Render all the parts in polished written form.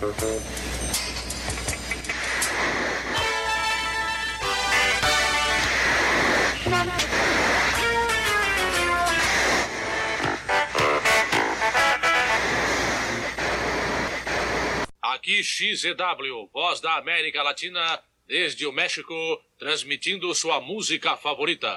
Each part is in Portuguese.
Aqui XZW, voz da América Latina, desde o México, transmitindo sua música favorita.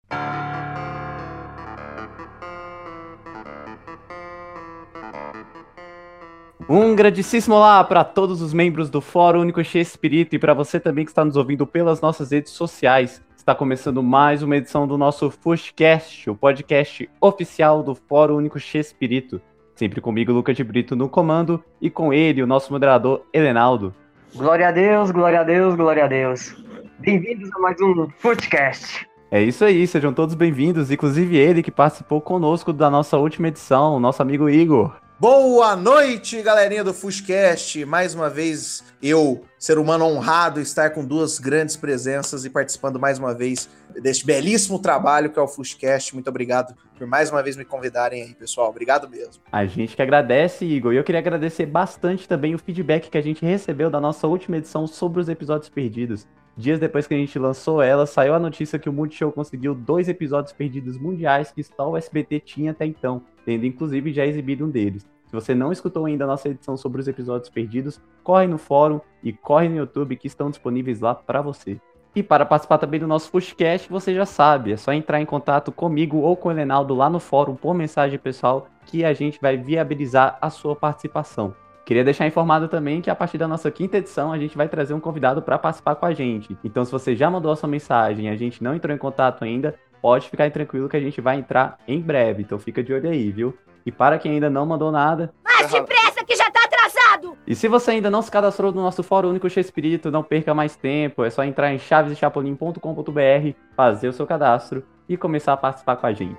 Um grandíssimo olá para todos os membros do Fórum Único Cheio Espírito e para você também que está nos ouvindo pelas nossas redes sociais. Está começando mais uma edição do nosso Fushcast, o podcast oficial do Fórum Único Cheio Espírito. Sempre comigo, Lucas de Brito, no comando, e com ele, o nosso moderador, Helenaldo. Glória a Deus, glória a Deus, glória a Deus. Bem-vindos a mais um Footcast. É isso aí, sejam todos bem-vindos, inclusive ele que participou conosco da nossa última edição, o nosso amigo Igor. Boa noite, galerinha do Fushcast. Mais uma vez, eu, ser humano honrado, estar com duas grandes presenças e participando mais uma vez deste belíssimo trabalho que é o Fushcast. Muito obrigado por mais uma vez me convidarem aí, pessoal. Obrigado mesmo. A gente que agradece, Igor. E eu queria agradecer bastante também o feedback que a gente recebeu da nossa última edição sobre os episódios perdidos. Dias depois que a gente lançou ela, saiu a notícia que o Multishow conseguiu 2 episódios perdidos mundiais que só o SBT tinha até então, tendo inclusive já exibido um deles. Se você não escutou ainda a nossa edição sobre os episódios perdidos, corre no fórum e corre no YouTube que estão disponíveis lá para você. E para participar também do nosso Fushcast, você já sabe, é só entrar em contato comigo ou com o Helenaldo lá no fórum por mensagem pessoal que a gente vai viabilizar a sua participação. Queria deixar informado também que a partir da nossa 5ª edição a gente vai trazer um convidado para participar com a gente. Então se você já mandou a sua mensagem e a gente não entrou em contato ainda, pode ficar tranquilo que a gente vai entrar em breve. Então fica de olho aí, viu? E para quem ainda não mandou nada... Mas depressa que já tá atrasado! E se você ainda não se cadastrou no nosso Fórum Único Cheio Espírito, não perca mais tempo. É só entrar em chavesechapolin.com.br, fazer o seu cadastro e começar a participar com a gente.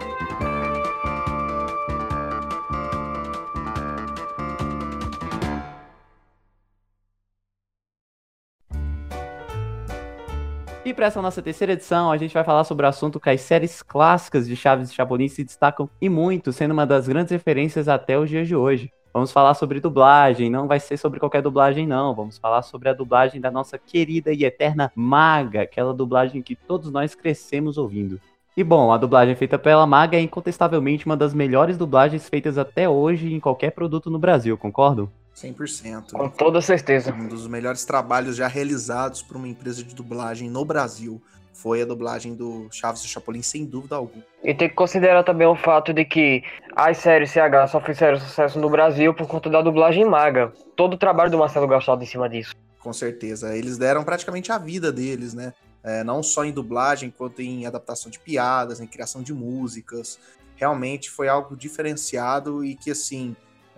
E para essa nossa 3ª edição, a gente vai falar sobre o assunto que as séries clássicas de Chaves e Chapolin se destacam e muito, sendo uma das grandes referências até os dias de hoje. Vamos falar sobre dublagem, não vai ser sobre qualquer dublagem não, vamos falar sobre a dublagem da nossa querida e eterna Maga, aquela dublagem que todos nós crescemos ouvindo. E bom, a dublagem feita pela Maga é incontestavelmente uma das melhores dublagens feitas até hoje em qualquer produto no Brasil, concordam? 100%. Com toda certeza. Um dos melhores trabalhos já realizados por uma empresa de dublagem no Brasil foi a dublagem do Chaves e Chapolin, sem dúvida alguma. E tem que considerar também o fato de que as séries CH só fizeram sucesso no Brasil por conta da dublagem Maga. Todo o trabalho do Marcelo Gastaldo em cima disso. Com certeza. Eles deram praticamente a vida deles, né? Não só em dublagem, quanto em adaptação de piadas, em criação de músicas. Realmente foi algo diferenciado e que, assim...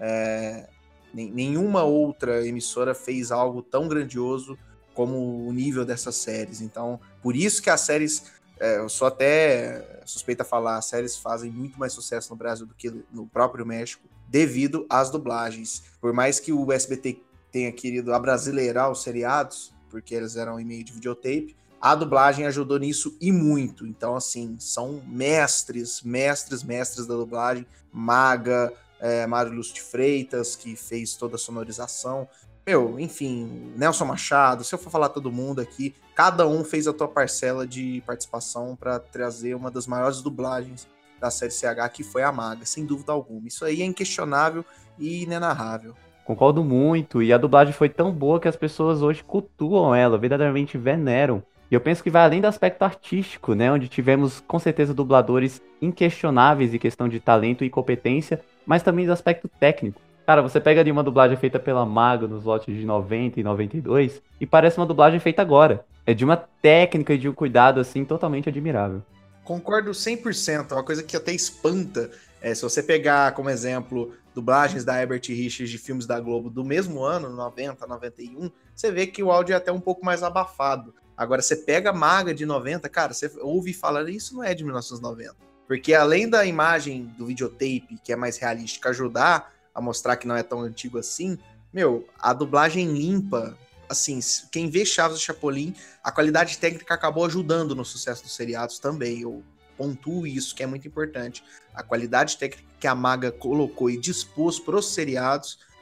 Nenhuma outra emissora fez algo tão grandioso como o nível dessas séries. Então, por isso que as séries, eu sou até suspeita a falar, as séries fazem muito mais sucesso no Brasil do que no próprio México, devido às dublagens. Por mais que o SBT tenha querido abrasileirar os seriados, porque eles eram em meio de videotape, a dublagem ajudou nisso e muito. Então, assim, são mestres da dublagem. Maga... Mário Lúcio de Freitas, que fez toda a sonorização. Enfim, Nelson Machado, se eu for falar todo mundo aqui, cada um fez a tua parcela de participação para trazer uma das maiores dublagens da série CH, que foi a Maga, sem dúvida alguma. Isso aí é inquestionável e inenarrável. Concordo muito, e a dublagem foi tão boa que as pessoas hoje cultuam ela, verdadeiramente veneram. E eu penso que vai além do aspecto artístico, né, onde tivemos com certeza dubladores inquestionáveis em questão de talento e competência, mas também do aspecto técnico. Cara, você pega ali uma dublagem feita pela Maga nos lotes de 90 e 92 e parece uma dublagem feita agora. É de uma técnica e de um cuidado, assim, totalmente admirável. Concordo 100%, é uma coisa que até espanta. Se você pegar como exemplo dublagens da Herbert Richards de filmes da Globo do mesmo ano, 90, 91, você vê que o áudio é até um pouco mais abafado. Agora, você pega a Maga de 90, cara, você ouve falar, isso não é de 1990. Porque além da imagem do videotape, que é mais realística, ajudar a mostrar que não é tão antigo assim, a dublagem limpa, assim, quem vê Chaves e Chapolin, a qualidade técnica acabou ajudando no sucesso dos seriados também. Eu pontuo isso, que é muito importante. A qualidade técnica que a Maga colocou e dispôs para os seriados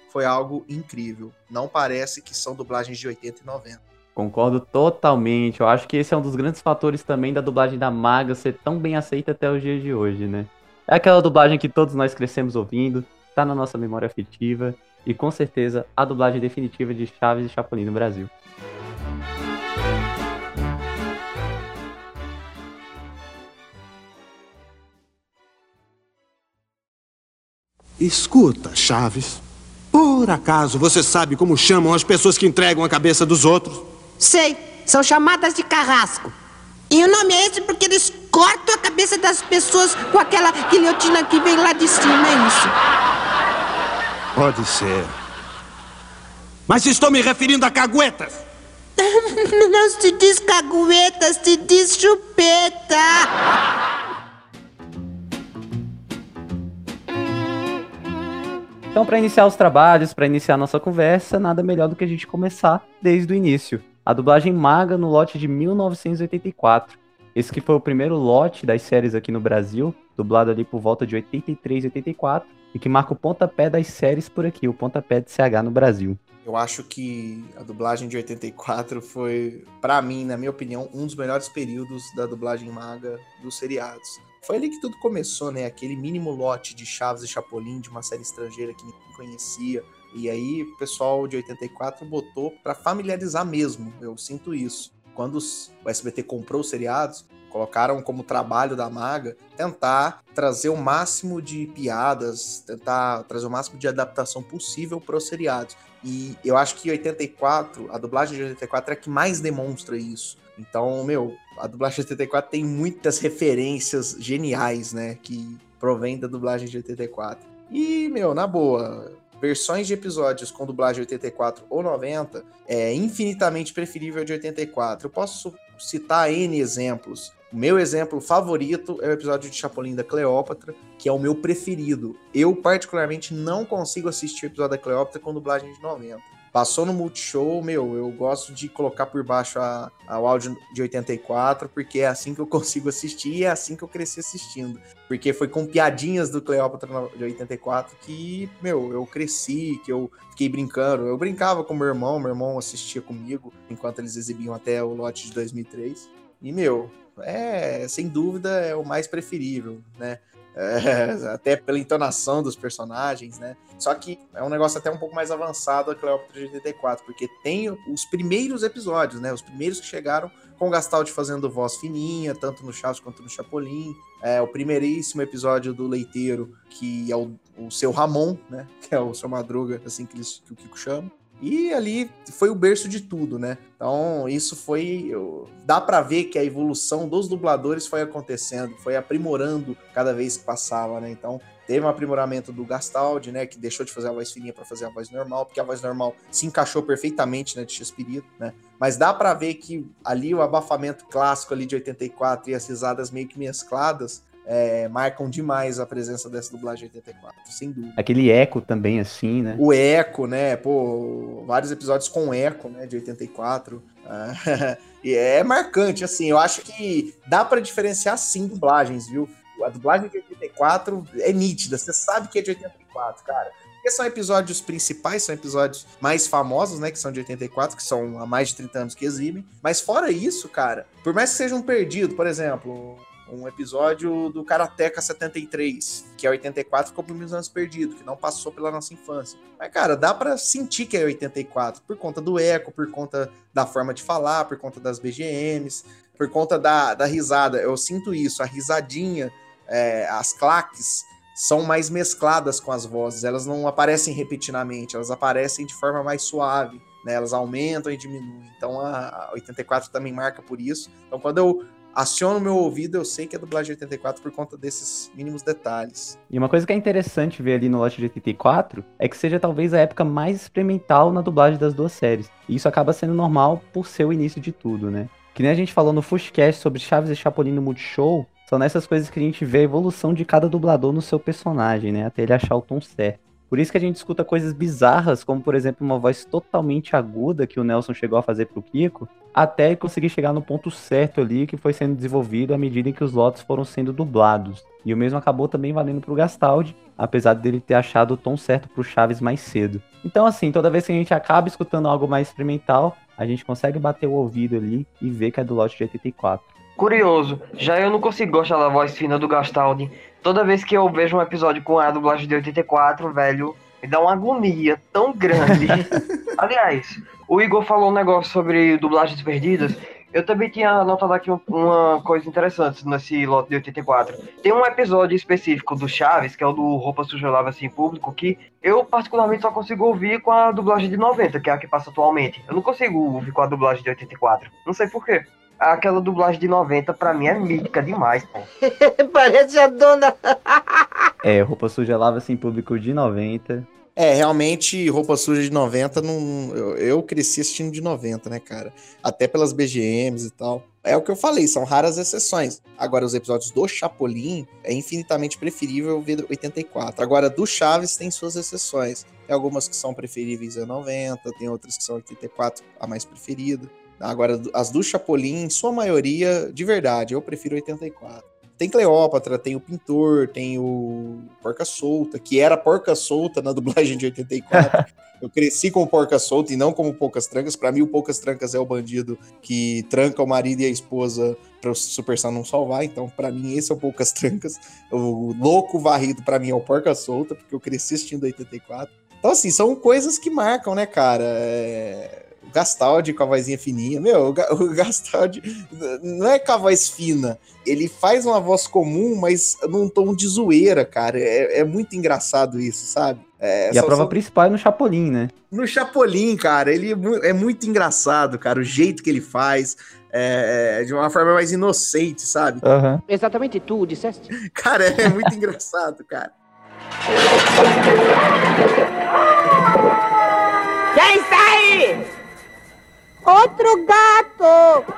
foi algo incrível. Não parece que são dublagens de 80 e 90. Concordo totalmente. Eu acho que esse é um dos grandes fatores também da dublagem da Maga ser tão bem aceita até os dias de hoje, né? É aquela dublagem que todos nós crescemos ouvindo, tá na nossa memória afetiva e com certeza a dublagem definitiva de Chaves e Chapolin no Brasil. Escuta, Chaves. Por acaso você sabe como chamam as pessoas que entregam a cabeça dos outros? Sei, são chamadas de carrasco. E o nome é esse porque eles cortam a cabeça das pessoas com aquela guilhotina que vem lá de cima, é isso. Pode ser. Mas estou me referindo a caguetas. Não se diz cagueta, se diz chupeta. Então, para iniciar os trabalhos, para iniciar a nossa conversa, nada melhor do que a gente começar desde o início. A dublagem Maga no lote de 1984. Esse que foi o primeiro lote das séries aqui no Brasil, dublado ali por volta de 83 e 84, e que marca o pontapé das séries por aqui, o pontapé de CH no Brasil. Eu acho que a dublagem de 84 foi, pra mim, na minha opinião, um dos melhores períodos da dublagem Maga dos seriados. Foi ali que tudo começou, né? Aquele mínimo lote de Chaves e Chapolin, de uma série estrangeira que ninguém conhecia. E aí o pessoal de 84 botou pra familiarizar mesmo, eu sinto isso. Quando o SBT comprou os seriados, colocaram como trabalho da Maga tentar trazer o máximo de piadas, tentar trazer o máximo de adaptação possível para os seriados. E eu acho que 84, a dublagem de 84 é a que mais demonstra isso. Então, a dublagem de 84 tem muitas referências geniais, né, que provém da dublagem de 84. E, na boa, versões de episódios com dublagem de 84 ou 90 é infinitamente preferível de 84. Eu posso citar N exemplos. O meu exemplo favorito é o episódio de Chapolin da Cleópatra, que é o meu preferido. Eu, particularmente, não consigo assistir o episódio da Cleópatra com dublagem de 90. Passou no Multishow, eu gosto de colocar por baixo o áudio de 84, porque é assim que eu consigo assistir e é assim que eu cresci assistindo. Porque foi com piadinhas do Cleópatra de 84 que, eu cresci, que eu fiquei brincando. Eu brincava com meu irmão assistia comigo, enquanto eles exibiam até o lote de 2003. E, sem dúvida, é o mais preferível, né? Até pela entonação dos personagens, né? Só que é um negócio até um pouco mais avançado a Cleópatra de 84, porque tem os primeiros episódios, né? Os primeiros que chegaram com o Gastaldi fazendo voz fininha, tanto no Chaves quanto no Chapolin. O primeiríssimo episódio do Leiteiro, que é o Seu Ramon, né? Que é o Seu Madruga, assim que o Kiko chama. E ali foi o berço de tudo, né? Então, isso foi... Dá pra ver que a evolução dos dubladores foi acontecendo, foi aprimorando cada vez que passava, né? Então, teve um aprimoramento do Gastaldi, né? Que deixou de fazer a voz fininha pra fazer a voz normal, porque a voz normal se encaixou perfeitamente, né? De Chespirito, né? Mas dá pra ver que ali o abafamento clássico ali de 84 e as risadas meio que mescladas marcam demais a presença dessa dublagem de 84, sem dúvida. Aquele eco também, assim, né? O eco, né? Vários episódios com eco, né? De 84. E é marcante, assim. Eu acho que dá pra diferenciar, sim, dublagens, viu? A dublagem de 84 é nítida. Você sabe que é de 84, cara. Porque são episódios principais, são episódios mais famosos, né? Que são de 84, que são há mais de 30 anos que exibem. Mas fora isso, cara, por mais que seja um perdido, por exemplo... Um episódio do Karateka 73, que é 84, ficou por muitos anos perdido, que não passou pela nossa infância. Mas, cara, dá pra sentir que é 84, por conta do eco, por conta da forma de falar, por conta das BGMs, por conta da risada. Eu sinto isso, a risadinha, as claques são mais mescladas com as vozes, elas não aparecem repetidamente, elas aparecem de forma mais suave, né? Elas aumentam e diminuem. Então, a 84 também marca por isso. Então, quando eu aciono o meu ouvido, eu sei que é dublagem de 84 por conta desses mínimos detalhes. E uma coisa que é interessante ver ali no lote de 84 é que seja talvez a época mais experimental na dublagem das duas séries. E isso acaba sendo normal por ser o início de tudo, né? Que nem a gente falou no Fushcast sobre Chaves e Chapolin no Multishow, são nessas coisas que a gente vê a evolução de cada dublador no seu personagem, né? Até ele achar o tom certo. Por isso que a gente escuta coisas bizarras, como por exemplo uma voz totalmente aguda que o Nelson chegou a fazer pro Kiko, até conseguir chegar no ponto certo ali que foi sendo desenvolvido à medida em que os lotes foram sendo dublados. E o mesmo acabou também valendo pro Gastaldi, apesar dele ter achado o tom certo pro Chaves mais cedo. Então assim, toda vez que a gente acaba escutando algo mais experimental, a gente consegue bater o ouvido ali e ver que é do lote de 84. Curioso, já eu não consigo gostar da voz fina do Gastaldi. Toda vez que eu vejo um episódio com a dublagem de 84, velho, me dá uma agonia tão grande. Aliás, o Igor falou um negócio sobre dublagens perdidas. Eu também tinha anotado aqui uma coisa interessante nesse lote de 84. Tem um episódio específico do Chaves, que é o do Roupa Suja Lava-se em Público, que eu particularmente só consigo ouvir com a dublagem de 90, que é a que passa atualmente. Eu não consigo ouvir com a dublagem de 84. Não sei porquê. Aquela dublagem de 90 pra mim é mítica demais, pô. Parece a dona. Roupa Suja Lava-se em Público de 90. Realmente, Roupa Suja de 90, eu cresci assistindo de 90, né, cara? Até pelas BGMs e tal. É o que eu falei, são raras exceções. Agora, os episódios do Chapolin é infinitamente preferível ver 84. Agora, do Chaves tem suas exceções. Tem algumas que são preferíveis a 90, tem outras que são 84, a mais preferida. Agora, as do Chapolin, em sua maioria, de verdade, eu prefiro 84. Tem Cleópatra, tem o Pintor, tem o Porca Solta, que era Porca Solta na dublagem de 84. Eu cresci com o Porca Solta e não como Poucas Trancas. Pra mim, o Poucas Trancas é o bandido que tranca o marido e a esposa pra o Super Sam não salvar. Então, pra mim, esse é o Poucas Trancas. O louco varrido, pra mim, é o Porca Solta, porque eu cresci assistindo 84. Então, assim, são coisas que marcam, né, cara? O Gastaldi com a vozinha fininha. Meu, o Gastaldi não é com a voz fina. Ele faz uma voz comum, mas num tom de zoeira, cara. É muito engraçado isso, sabe? E a prova principal é no Chapolin, né? No Chapolin, cara, ele é muito engraçado, cara. O jeito que ele faz de uma forma mais inocente, sabe? Uhum. Exatamente tu disseste? Cara, é muito engraçado, cara. Quem está aí? Outro gato!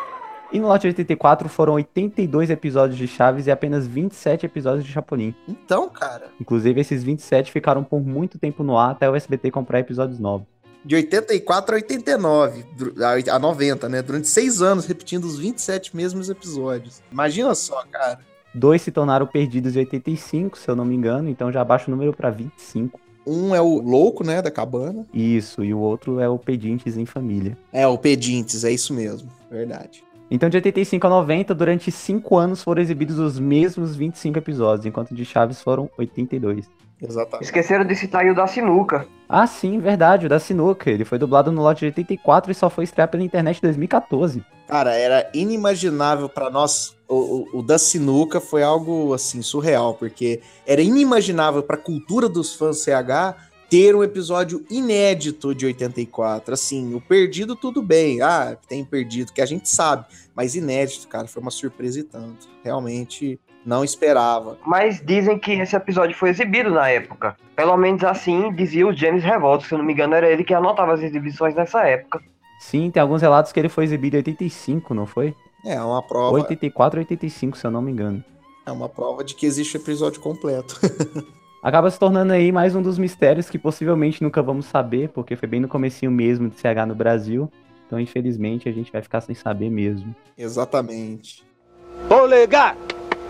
E no lote 84 foram 82 episódios de Chaves e apenas 27 episódios de Chapolin. Então, cara... Inclusive, esses 27 ficaram por muito tempo no ar até o SBT comprar episódios novos. De 84 a 89, a 90, né? Durante 6 anos, repetindo os 27 mesmos episódios. Imagina só, cara. 2 se tornaram perdidos em 85, se eu não me engano, então já abaixa o número para 25. Um é o louco, né, da cabana. Isso, e o outro é o Pedintes em Família. O Pedintes, é isso mesmo, verdade. Então, de 85 a 90, durante 5 anos foram exibidos os mesmos 25 episódios, enquanto de Chaves foram 82. Exatamente. Esqueceram de citar aí o da Sinuca. Ah, sim, verdade, o da Sinuca. Ele foi dublado no lote de 84 e só foi estrear pela internet em 2014. Cara, era inimaginável pra nós. O da Sinuca foi algo, assim, surreal, porque era inimaginável pra cultura dos fãs CH ter um episódio inédito de 84. Assim, o Perdido tudo bem. Tem Perdido, que a gente sabe. Mas inédito, cara, foi uma surpresa e tanto. Realmente... não esperava. Mas dizem que esse episódio foi exibido na época. Pelo menos assim dizia o James Revolta. Se eu não me engano, era ele que anotava as exibições nessa época. Sim, tem alguns relatos que ele foi exibido em 85, não foi? É uma prova. 84 ou 85, se eu não me engano. É uma prova de que existe o episódio completo. Acaba se tornando aí mais um dos mistérios que possivelmente nunca vamos saber, porque foi bem no comecinho mesmo de CH no Brasil. Então, infelizmente, a gente vai ficar sem saber mesmo. Exatamente. Polegar!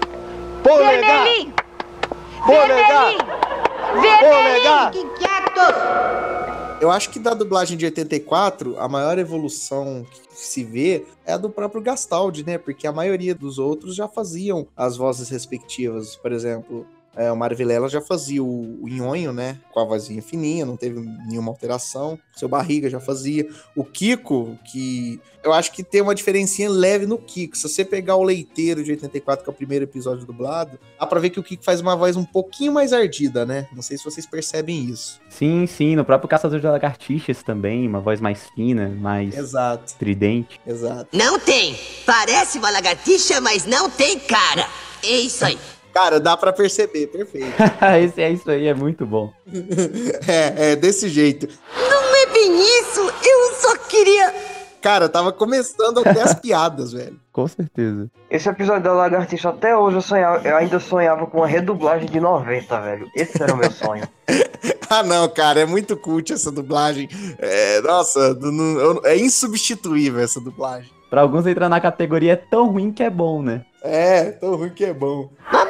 Polegar! Vermelhinho! Polegar! Polegar! Que quietos! Eu acho que da dublagem de 84, a maior evolução que se vê é a do próprio Gastaldi, né? Porque a maioria dos outros já faziam as vozes respectivas. Por exemplo, o Mário Vilela já fazia o Nhonho, né? Com a vozinha fininha, não teve nenhuma alteração. Seu Barriga já fazia. O Kiko, que eu acho que tem uma diferencinha leve no Kiko. Se você pegar o Leiteiro de 84, que é o primeiro episódio dublado, dá pra ver que o Kiko faz uma voz um pouquinho mais ardida, né? Não sei se vocês percebem isso. Sim, no próprio Caçador de Lagartixas também, uma voz mais fina, mais Exato. Estridente. Exato. Não tem. Parece uma lagartixa, mas não tem cara. É isso aí. Cara, dá pra perceber, perfeito. Isso aí é muito bom. É desse jeito. Não é bem isso. Eu só queria... Cara, tava começando até as piadas, velho. Com certeza. Esse episódio da Lagartixa, até hoje eu ainda sonhava com uma redublagem de 90, velho. Esse era o meu sonho. Não, cara, é muito cult essa dublagem. Nossa, é insubstituível essa dublagem. Pra alguns entrar na categoria é tão ruim que é bom, né? Tão ruim que é bom. Mamãe!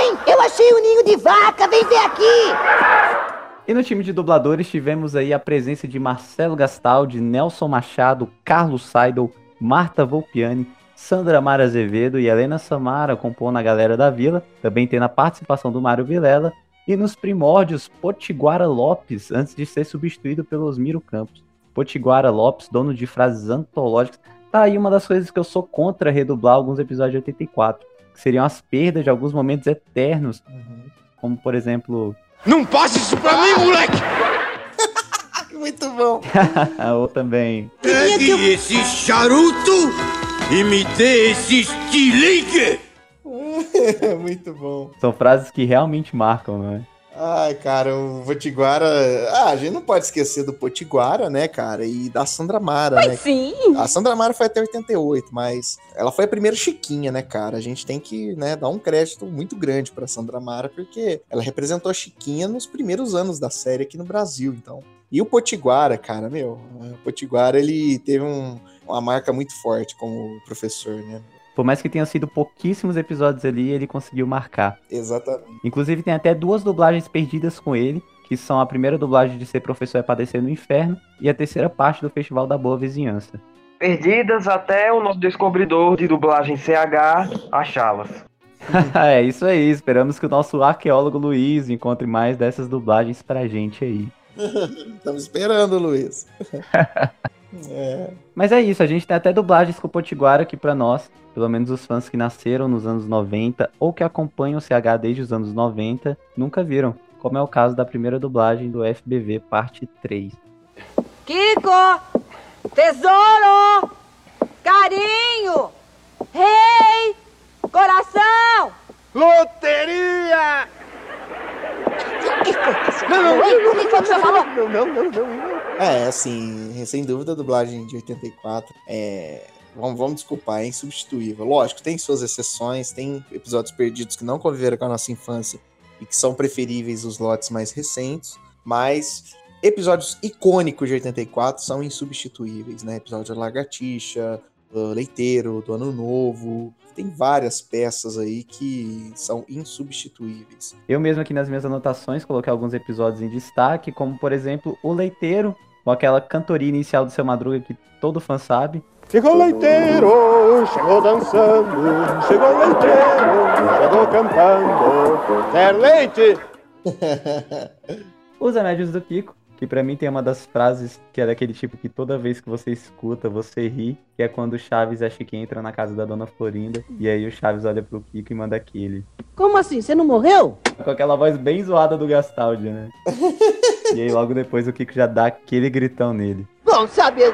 Mãe, eu achei um ninho de vaca, vem ver aqui! E no time de dubladores tivemos aí a presença de Marcelo Gastaldi, Nelson Machado, Carlos Seidel, Marta Volpiani, Sandra Mara Azevedo e Helena Samara compondo a galera da vila, também tendo a participação do Mário Vilela, e nos primórdios, Potiguara Lopes, antes de ser substituído pelo Osmiro Campos. Potiguara Lopes, dono de frases antológicas, tá aí uma das coisas que eu sou contra redublar alguns episódios de 84, que seriam as perdas de alguns momentos eternos, como por exemplo... Não passe isso pra mim, moleque! Muito bom. ou também... Pegue esse charuto e me dê esse estilingue! Muito bom. São frases que realmente marcam, né? Ai, cara, o Potiguara... a gente não pode esquecer do Potiguara, né, cara? E da Sandra Mara, né? Sim. A Sandra Mara foi até 88, mas ela foi a primeira Chiquinha, né, cara? A gente tem que, né, dar um crédito muito grande pra Sandra Mara, porque ela representou a Chiquinha nos primeiros anos da série aqui no Brasil, então. E o Potiguara, cara, o Potiguara, ele teve uma marca muito forte como professor, né? Por mais que tenham sido pouquíssimos episódios ali, ele conseguiu marcar. Exatamente. Inclusive tem até 2 dublagens perdidas com ele, que são a primeira dublagem de Ser Professor é Padecer no Inferno e a terceira parte do Festival da Boa Vizinhança. Perdidas até o nosso descobridor de dublagem CH achá-las. É isso aí, esperamos que o nosso arqueólogo Luiz encontre mais dessas dublagens pra gente aí. Estamos esperando, Luiz. Mas é isso, a gente tem até dublagens com o Potiguara aqui pra nós, pelo menos os fãs que nasceram nos anos 90 ou que acompanham o CH desde os anos 90 nunca viram, como é o caso da primeira dublagem do FBV parte 3. Kiko! Tesouro! Carinho! Rei! Coração! Loteria! O que foi que você falou? Assim, sem dúvida a dublagem de 84 vamos desculpar, é insubstituível. Lógico, tem suas exceções, tem episódios perdidos que não conviveram com a nossa infância e que são preferíveis os lotes mais recentes, mas episódios icônicos de 84 são insubstituíveis, né? Episódio da Lagartixa, do Leiteiro, do Ano Novo. Tem várias peças aí que são insubstituíveis. Eu mesmo aqui nas minhas anotações coloquei alguns episódios em destaque, como por exemplo O Leiteiro, com aquela cantoria inicial do Seu Madruga que todo fã sabe. Chegou o leiteiro, chegou dançando, chegou o leiteiro, chegou cantando, quer leite! Os Remédios do Kiko, que pra mim tem uma das frases que é daquele tipo que toda vez que você escuta, você ri, que é quando o Chaves e a Chiquinha entram na casa da Dona Florinda, e aí o Chaves olha pro Kiko e manda aquele. Como assim? Você não morreu? Com aquela voz bem zoada do Gastaldi, né? E aí logo depois o Kiko já dá aquele gritão nele. Bom saber.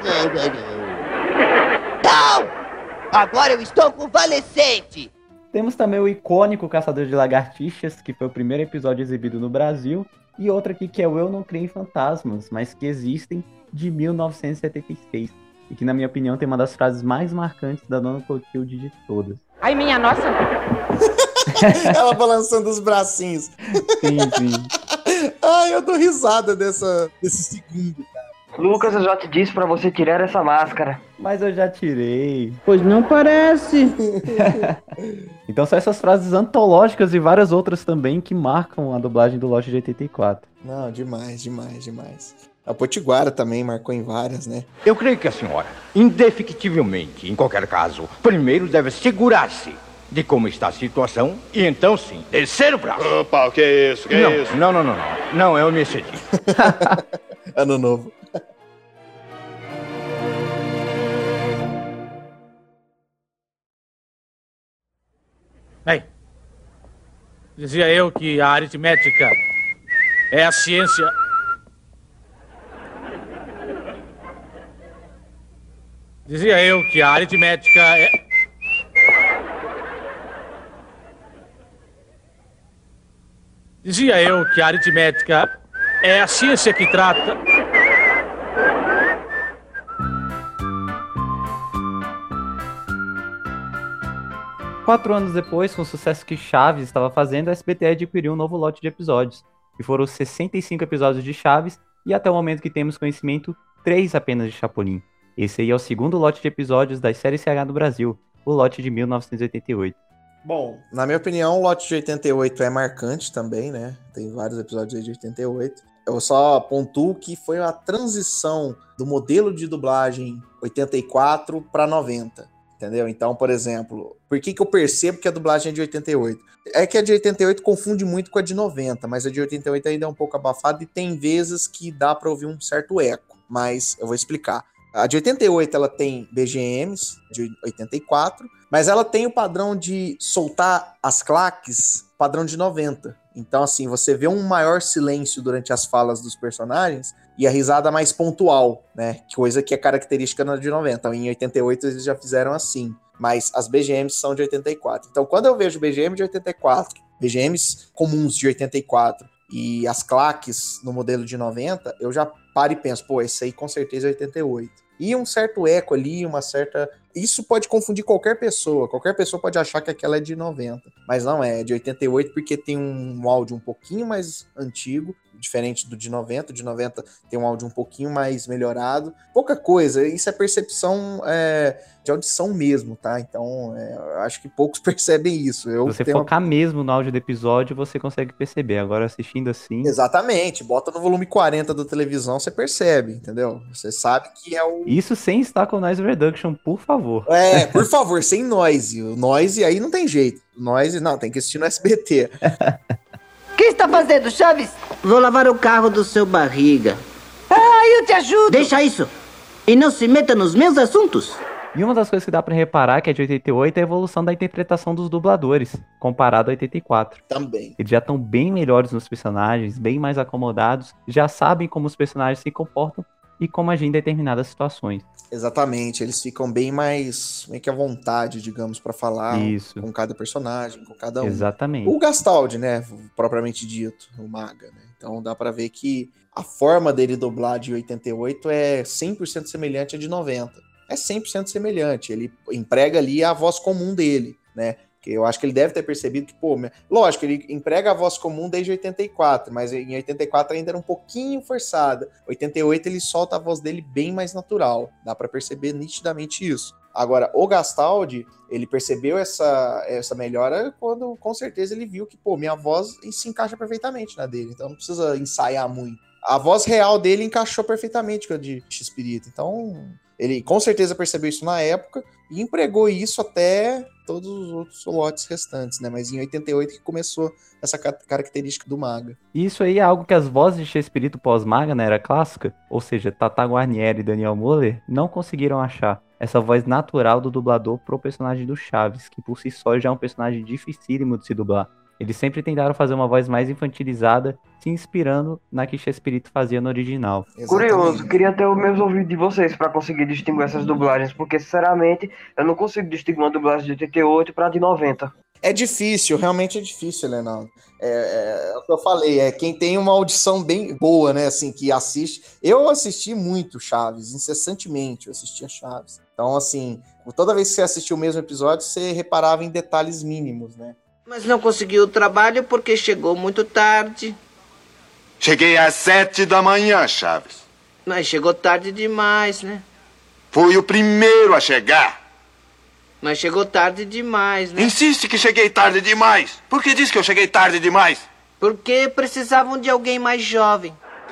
Não! Agora eu estou convalescente! Temos também o icônico Caçador de Lagartixas, que foi o primeiro episódio exibido no Brasil, e outra aqui que é o Eu Não Creio em Fantasmas, mas que existem, de 1976, e que na minha opinião tem uma das frases mais marcantes da Dona Clotilde de todas. Ai, minha nossa! Ela balançando os bracinhos. Sim. Ai, eu dou risada desse segundo, cara. Lucas, eu já te disse pra você tirar essa máscara. Mas eu já tirei. Pois não parece. Então são essas frases antológicas e várias outras também que marcam a dublagem do Lost de 84. Não, demais. A Potiguara também marcou em várias, né? Eu creio que a senhora, indefectivelmente, em qualquer caso, primeiro deve segurar-se de como está a situação e então sim, descer o braço. Opa, o que é isso? Não, eu me excedi. Ano Novo. Bem, dizia eu que a aritmética é a ciência... Dizia eu que a aritmética é... Dizia eu que a aritmética é a ciência que trata... Quatro anos depois, com o sucesso que Chaves estava fazendo, a SBT adquiriu um novo lote de episódios, que foram os 65 episódios de Chaves e até o momento que temos conhecimento, 3 apenas de Chapolin. Esse aí é o segundo lote de episódios das séries CH do Brasil, o lote de 1988. Bom, na minha opinião, o lote de 88 é marcante também, né? Tem vários episódios aí de 88. Eu só pontuo que foi uma transição do modelo de dublagem 84 para 90, entendeu? Então, por exemplo, por que eu percebo que a dublagem é de 88? É que a de 88 confunde muito com a de 90, mas a de 88 ainda é um pouco abafada e tem vezes que dá para ouvir um certo eco, mas eu vou explicar. A de 88 ela tem BGMs de 84, mas ela tem o padrão de soltar as claques padrão de 90. Então, assim, você vê um maior silêncio durante as falas dos personagens e a risada mais pontual, né? Coisa que é característica na de 90. Então, em 88 eles já fizeram assim, mas as BGMs são de 84. Então, quando eu vejo BGM de 84, BGMs comuns de 84 e as claques no modelo de 90, eu já paro e penso, pô, esse aí com certeza é 88. E um certo eco ali, uma certa... Isso pode confundir qualquer pessoa pode achar que aquela é de 90, mas não é de 88 porque tem um áudio um pouquinho mais antigo, diferente do de 90, o de 90 tem um áudio um pouquinho mais melhorado, pouca coisa, isso é percepção de audição mesmo, tá? Então, eu acho que poucos percebem isso. Se você focar mesmo no áudio do episódio, você consegue perceber, agora assistindo assim... Exatamente, bota no volume 40 da televisão, você percebe, entendeu? Você sabe que é o... Isso sem estar com noise reduction, por favor. Por favor, sem noise. O noise aí não tem jeito. Noise, não, tem que assistir no SBT. O que está fazendo, Chaves? Vou lavar o carro do seu barriga. Eu te ajudo. Deixa isso. E não se meta nos meus assuntos. E uma das coisas que dá pra reparar que é de 88 é a evolução da interpretação dos dubladores, comparado a 84. Também. Eles já estão bem melhores nos personagens, bem mais acomodados, já sabem como os personagens se comportam e como agir em determinadas situações. Exatamente, eles ficam bem mais meio que à vontade, digamos, pra falar Isso. com cada personagem, com cada um. Exatamente. O Gastaldi, né, propriamente dito, o Maga, né? Então dá pra ver que a forma dele dublar de 88 é 100% semelhante à de 90. É 100% semelhante, ele emprega ali a voz comum dele, né? Eu acho que ele deve ter percebido que, lógico, ele emprega a voz comum desde 84, mas em 84 ainda era um pouquinho forçada. 88 ele solta a voz dele bem mais natural, dá pra perceber nitidamente isso. Agora, o Gastaldi, ele percebeu essa melhora quando, com certeza, ele viu que, minha voz se encaixa perfeitamente na dele, então não precisa ensaiar muito. A voz real dele encaixou perfeitamente com a de Chespirito, então ele com certeza percebeu isso na época e empregou isso até todos os outros lotes restantes, né? Mas em 88 que começou essa característica do Maga. Isso aí é algo que as vozes de Chespirito pós-Maga na era clássica, ou seja, Tata Guarnieri e Daniel Müller, não conseguiram achar essa voz natural do dublador pro personagem do Chaves, que por si só já é um personagem dificílimo de se dublar. Eles sempre tentaram fazer uma voz mais infantilizada, se inspirando na que Chespirito fazia no original. Exatamente. Curioso, queria ter os meus ouvidos de vocês pra conseguir distinguir essas dublagens, porque sinceramente eu não consigo distinguir uma dublagem de 88 pra de 90. É difícil, realmente é difícil, Leonardo. É o que eu falei, quem tem uma audição bem boa, né, assim, que assiste. Eu assisti muito Chaves, incessantemente eu assistia Chaves. Então, assim, toda vez que você assistia o mesmo episódio, você reparava em detalhes mínimos, né? Mas não conseguiu o trabalho porque chegou muito tarde. Cheguei às 7 da manhã, Chaves. Mas chegou tarde demais, né? Fui o primeiro a chegar. Mas chegou tarde demais, né? Insiste que cheguei tarde demais. Por que diz que eu cheguei tarde demais? Porque precisavam de alguém mais jovem.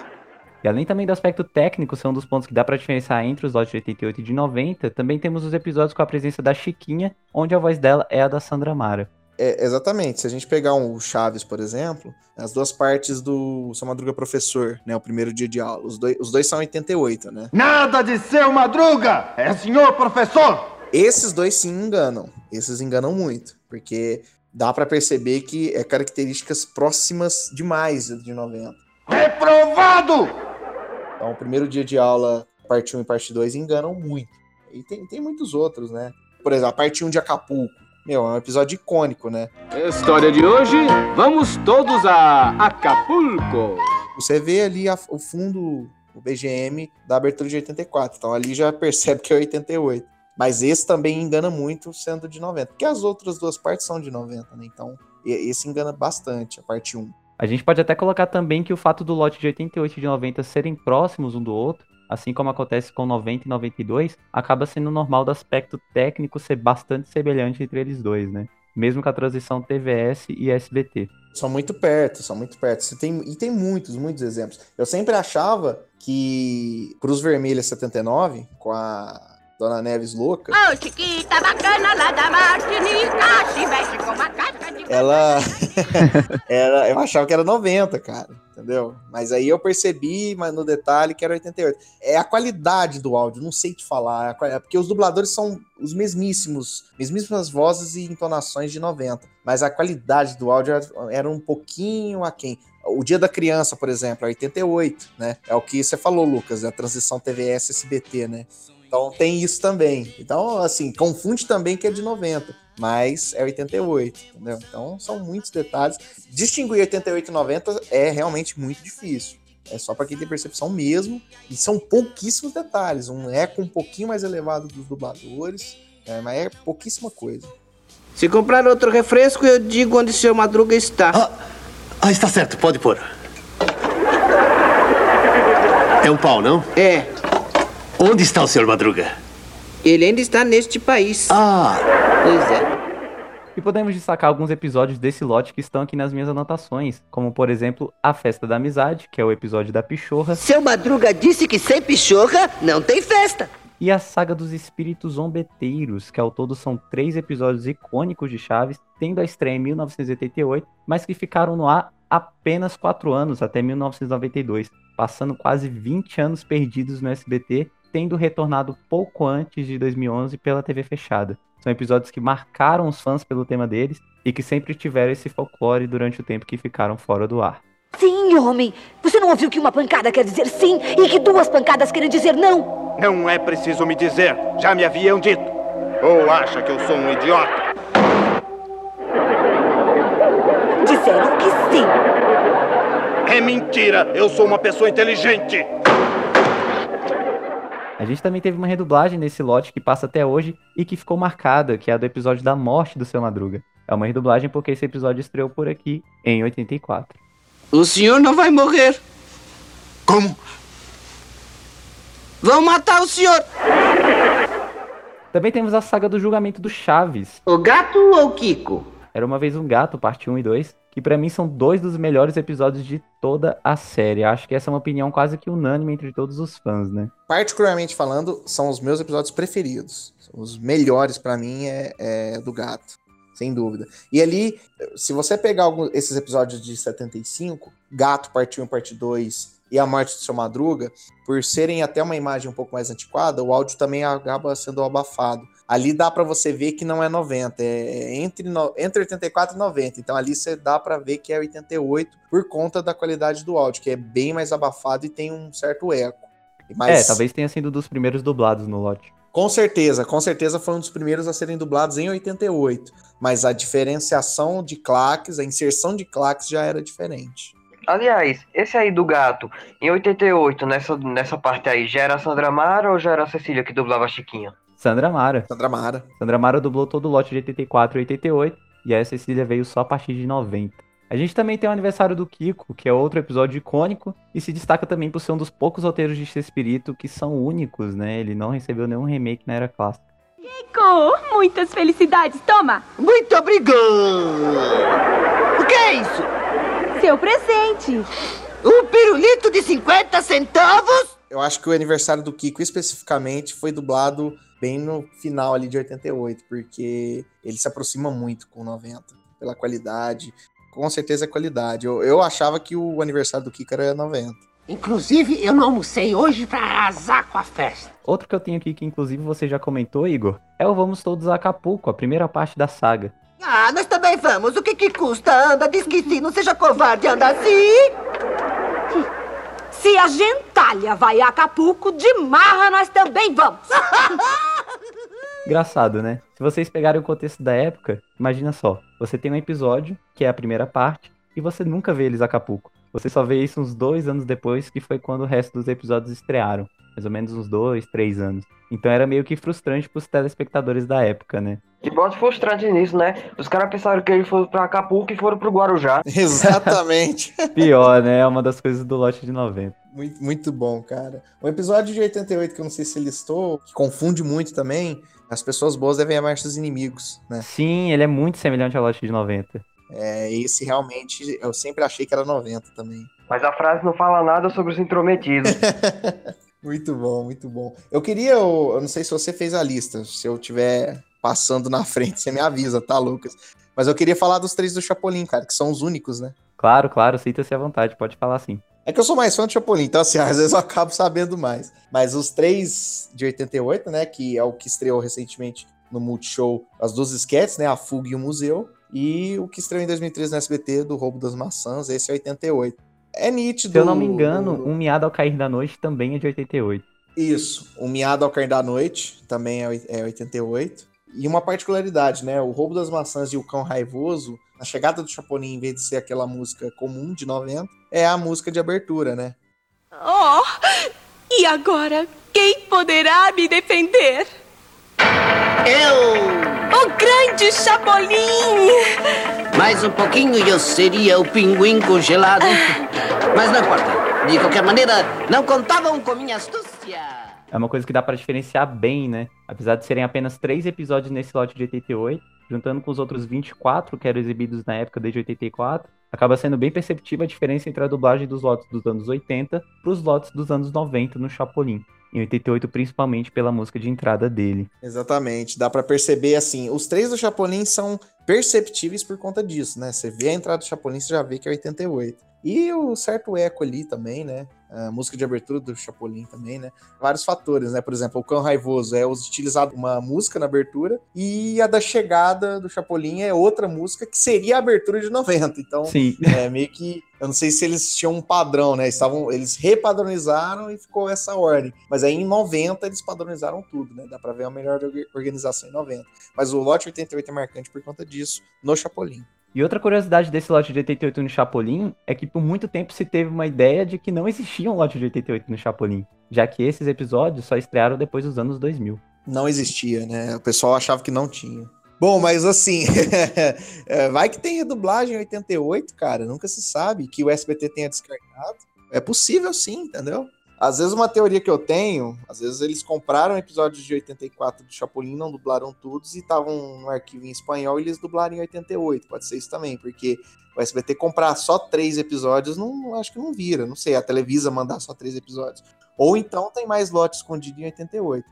E além também do aspecto técnico, são um dos pontos que dá pra diferenciar entre os lotes de 88 e de 90, também temos os episódios com a presença da Chiquinha, onde a voz dela é a da Sandra Mara. Exatamente, se a gente pegar o Chaves, por exemplo, as duas partes do Seu Madruga Professor, né, o primeiro dia de aula, os dois são 88, né? Nada de Seu Madruga, é senhor professor! Esses dois se enganam, esses enganam muito, porque dá pra perceber que é características próximas demais de 90. Reprovado! Então, o primeiro dia de aula, parte 1 e parte 2, enganam muito. E tem muitos outros, né? Por exemplo, a parte 1 de Acapulco. É um episódio icônico, né? História de hoje, vamos todos a Acapulco. Você vê ali o fundo, o BGM da abertura de 84. Então ali já percebe que é 88. Mas esse também engana muito sendo de 90. Porque as outras duas partes são de 90, né? Então esse engana bastante, a parte 1. A gente pode até colocar também que o fato do lote de 88 e de 90 serem próximos um do outro, assim como acontece com 90 e 92, acaba sendo normal do aspecto técnico ser bastante semelhante entre eles dois, né? mesmo com a transição TVS e SBT. São muito perto. Tem muitos exemplos. Eu sempre achava que Cruz Vermelha 79, com a Dona Neves louca... Ô, Chiquita bacana lá da Martinica, se mexe com uma casca de... Eu achava que era 90, cara, entendeu? Mas aí eu percebi, mas no detalhe, que era 88. É a qualidade do áudio, não sei te falar, porque os dubladores são os mesmíssimas vozes e entonações de 90, mas a qualidade do áudio era um pouquinho aquém. O Dia da Criança, por exemplo, é 88, né? É o que você falou, Lucas, é a transição TVS-SBT, né? Então tem isso também. Então, assim, confunde também que é de 90, mas é 88, entendeu? Então são muitos detalhes. Distinguir 88 e 90 é realmente muito difícil. É só para quem tem percepção mesmo, e são pouquíssimos detalhes. Um eco um pouquinho mais elevado dos dubladores, mas é pouquíssima coisa. Se comprar outro refresco, eu digo onde seu Madruga está. Está certo, pode pôr. É um pau, não? É. Onde está o Sr. Madruga? Ele ainda está neste país. Pois é. E podemos destacar alguns episódios desse lote que estão aqui nas minhas anotações, como por exemplo, A Festa da Amizade, que é o episódio da Pichorra. Seu Madruga disse que sem Pichorra não tem festa. E a Saga dos Espíritos Zombeteiros, que ao todo são 3 episódios icônicos de Chaves, tendo a estreia em 1988, mas que ficaram no ar apenas 4 anos, até 1992, passando quase 20 anos perdidos no SBT, tendo retornado pouco antes de 2011 pela TV fechada. São episódios que marcaram os fãs pelo tema deles e que sempre tiveram esse folclore durante o tempo que ficaram fora do ar. Sim, homem! Você não ouviu que uma pancada quer dizer sim e que 2 pancadas querem dizer não? Não é preciso me dizer, já me haviam dito. Ou acha que eu sou um idiota? Disseram que sim. É mentira, eu sou uma pessoa inteligente. A gente também teve uma redublagem nesse lote que passa até hoje e que ficou marcada, que é a do episódio da morte do Seu Madruga. É uma redublagem porque esse episódio estreou por aqui em 84. O senhor não vai morrer. Como? Vão matar o senhor. Também temos a saga do julgamento do Chaves. O gato ou o Kiko? Era uma vez um gato, parte 1 e 2, que pra mim são 2 dos melhores episódios de toda a série. Acho que essa é uma opinião quase que unânime entre todos os fãs, né? Particularmente falando, são os meus episódios preferidos. Os melhores pra mim é do gato, sem dúvida. E ali, se você pegar esses episódios de 75, Gato, parte 1 e parte 2, e A Morte do Seu Madruga, por serem até uma imagem um pouco mais antiquada, o áudio também acaba sendo abafado. Ali dá pra você ver que não é 90, é entre 84 e 90. Então ali você dá pra ver que é 88 por conta da qualidade do áudio, que é bem mais abafado e tem um certo eco. Mas, talvez tenha sido dos primeiros dublados no lote. Com certeza foi um dos primeiros a serem dublados em 88. Mas a diferenciação de claques, a inserção de claques já era diferente. Aliás, esse aí do gato, em 88, nessa parte aí, já era a Sandra Mara ou já era a Cecília que dublava a Chiquinha? Sandra Mara. Sandra Mara dublou todo o lote de 84 e 88, e a Cecília veio só a partir de 90. A gente também tem o aniversário do Kiko, que é outro episódio icônico, e se destaca também por ser um dos poucos roteiros de Chespirito que são únicos, né? Ele não recebeu nenhum remake na era clássica. Kiko, muitas felicidades, toma! Muito obrigado! O que é isso? Seu presente! Um pirulito de 50 centavos? Eu acho que o aniversário do Kiko especificamente foi dublado bem no final ali de 88, porque ele se aproxima muito com 90, pela qualidade. Com certeza é qualidade. Eu achava que o aniversário do Kiko era 90. Inclusive, eu não almocei hoje pra arrasar com a festa. Outro que eu tenho aqui, que inclusive você já comentou, Igor, é o Vamos Todos a Acapulco, a primeira parte da saga. Ah, nós também vamos. O que custa? Anda, diz que sim. Não seja covarde, anda assim. Se a gentalha vai a Acapulco, de marra nós também vamos. Engraçado, né? Se vocês pegarem o contexto da época, imagina só. Você tem um episódio, que é a primeira parte, e você nunca vê eles a Acapulco. Você só vê isso uns 2 anos depois, que foi quando o resto dos episódios estrearam. Mais ou menos uns 2, 3 anos. Então era meio que frustrante pros telespectadores da época, né? Que bota frustrante nisso, né? Os caras pensaram que eles foram pra Acapulco e foram pro Guarujá. Exatamente. Pior, né? É uma das coisas do lote de 90. Muito, muito bom, cara. Um episódio de 88 que eu não sei se listou, que confunde muito também, As Pessoas Boas Devem Amar Seus Inimigos, né? Sim, ele é muito semelhante ao lote de 90. Esse realmente, eu sempre achei que era 90 também. Mas a frase não fala nada sobre os intrometidos. Muito bom, muito bom. Eu não sei se você fez a lista, se eu tiver passando na frente, você me avisa, tá, Lucas? Mas eu queria falar dos 3 do Chapolin, cara, que são os únicos, né? Claro, sinta-se à vontade, pode falar sim. É que eu sou mais fã do Chapolin, então assim, às vezes eu acabo sabendo mais. Mas os 3 de 88, né, que é o que estreou recentemente no Multishow, as 2 esquetes, né, A Fuga e o Museu, e o que estreou em 2013 no SBT, do Roubo das Maçãs, esse é 88. É nítido. Se eu não me engano, Um Miado ao Cair da Noite também é de 88. Isso, O Miado ao Cair da Noite também é 88. E uma particularidade, né, o Roubo das Maçãs e o Cão Raivoso, a chegada do Chapolin, em vez de ser aquela música comum de 90, é a música de abertura, né? Oh, e agora, quem poderá me defender? Eu! O grande Chapolin! Mais um pouquinho e eu seria o pinguim congelado. Mas não importa. De qualquer maneira, não contavam com minha astúcia. É uma coisa que dá pra diferenciar bem, né? Apesar de serem apenas 3 episódios nesse lote de 88, juntando com os outros 24 que eram exibidos na época desde 84, acaba sendo bem perceptível a diferença entre a dublagem dos lotes dos anos 80 pros lotes dos anos 90 no Chapolin. Em 88, principalmente pela música de entrada dele. Exatamente, dá pra perceber, assim, os 3 do Chapolin são perceptíveis por conta disso, né? Você vê a entrada do Chapolin, você já vê que é 88. E o certo eco ali também, né? A música de abertura do Chapolin também, né? Vários fatores, né? Por exemplo, o Cão Raivoso é utilizado uma música na abertura e a da chegada do Chapolin é outra música que seria a abertura de 90. Então, sim. Meio que... Eu não sei se eles tinham um padrão, né? Eles repadronizaram e ficou essa ordem. Mas aí em 90 eles padronizaram tudo, né? Dá pra ver a melhor organização em 90. Mas o lote 88 é marcante por conta disso no Chapolin. E outra curiosidade desse lote de 88 no Chapolin é que por muito tempo se teve uma ideia de que não existia um lote de 88 no Chapolin, já que esses episódios só estrearam depois dos anos 2000. Não existia, né? O pessoal achava que não tinha. Bom, mas assim, vai que tem redublagem em 88, cara, nunca se sabe que o SBT tenha descartado. É possível sim, entendeu? Às vezes uma teoria que eu tenho, às vezes eles compraram episódios de 84 do Chapolin, não dublaram todos e estavam no arquivo em espanhol e eles dublaram em 88, pode ser isso também, porque o SBT comprar só 3 episódios, acho que não vira, não sei, a Televisa mandar só 3 episódios. Ou então tem mais lote escondido em 88.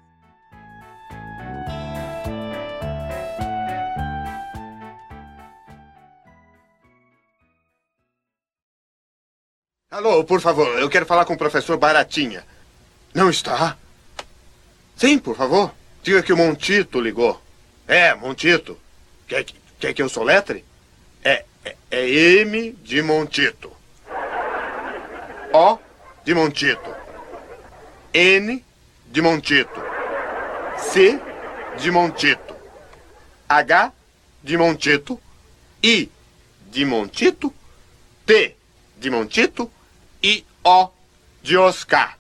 Alô, por favor, eu quero falar com o professor Baratinha. Não está? Sim, por favor. Diga que o Montito ligou. Montito. Quer que eu soletre? É M de Montito. O de Montito. N de Montito. C de Montito. H de Montito. I de Montito. T de Montito. E O de Oscar.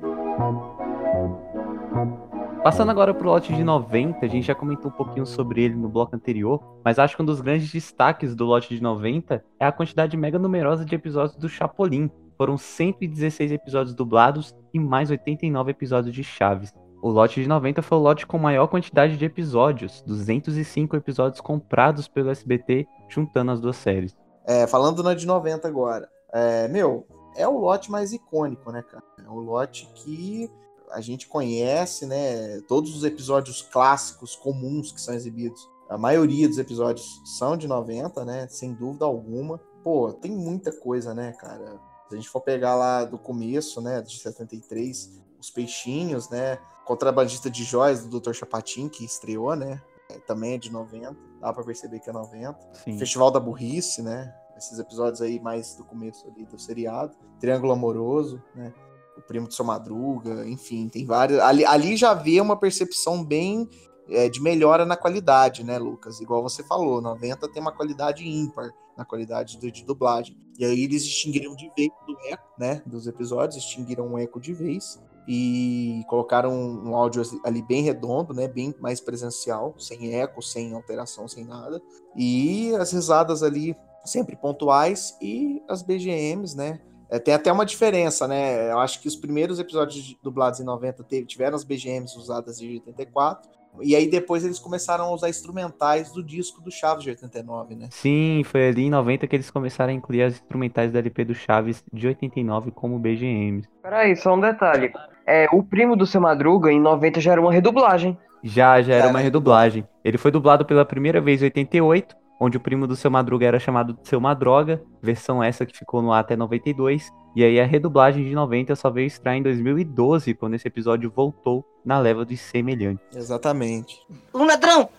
Passando agora pro lote de 90, a gente já comentou um pouquinho sobre ele no bloco anterior, mas acho que um dos grandes destaques do lote de 90 é a quantidade mega numerosa de episódios do Chapolin. Foram 116 episódios dublados e mais 89 episódios de Chaves. O lote de 90 foi o lote com maior quantidade de episódios, 205 episódios comprados pelo SBT, juntando as duas séries. Falando na de 90 agora, é o lote mais icônico, né, cara? É o lote que a gente conhece, né? Todos os episódios clássicos, comuns que são exibidos. A maioria dos episódios são de 90, né? Sem dúvida alguma. Pô, tem muita coisa, né, cara? Se a gente for pegar lá do começo, né, de 73, Os Peixinhos, né? Contrabandista de Joias, do Dr. Chapatin, que estreou, né? Também é de 90. Dá pra perceber que é 90. Sim. Festival da Burrice, né? Esses episódios aí mais do começo ali do seriado. Triângulo Amoroso, né? O Primo de Seu Madruga, enfim, tem vários. Ali já vê uma percepção bem de melhora na qualidade, né, Lucas? Igual você falou, 90 tem uma qualidade ímpar na qualidade de dublagem. E aí eles extinguiram de vez do eco, né, dos episódios, extinguiram o eco de vez. e colocaram um áudio ali bem redondo, né? Bem mais presencial, sem eco, sem alteração, sem nada. E as risadas ali sempre pontuais e as BGMs, né? Tem até uma diferença, né? Eu acho que os primeiros episódios dublados em 90 tiveram as BGMs usadas de 84, e aí depois eles começaram a usar instrumentais do disco do Chaves de 89, né? Sim, foi ali em 90 que eles começaram a incluir as instrumentais da LP do Chaves de 89 como BGMs. Peraí, só um detalhe. O primo do Seu Madruga, em 90, já era uma redublagem. Já era uma redublagem. Ele foi dublado pela primeira vez em 88, onde o primo do Seu Madruga era chamado de Seu Madroga, versão essa que ficou no ar até 92, e aí a redublagem de 90 só veio estrear em 2012, quando esse episódio voltou na leva dos semelhantes. Exatamente. Um ladrão!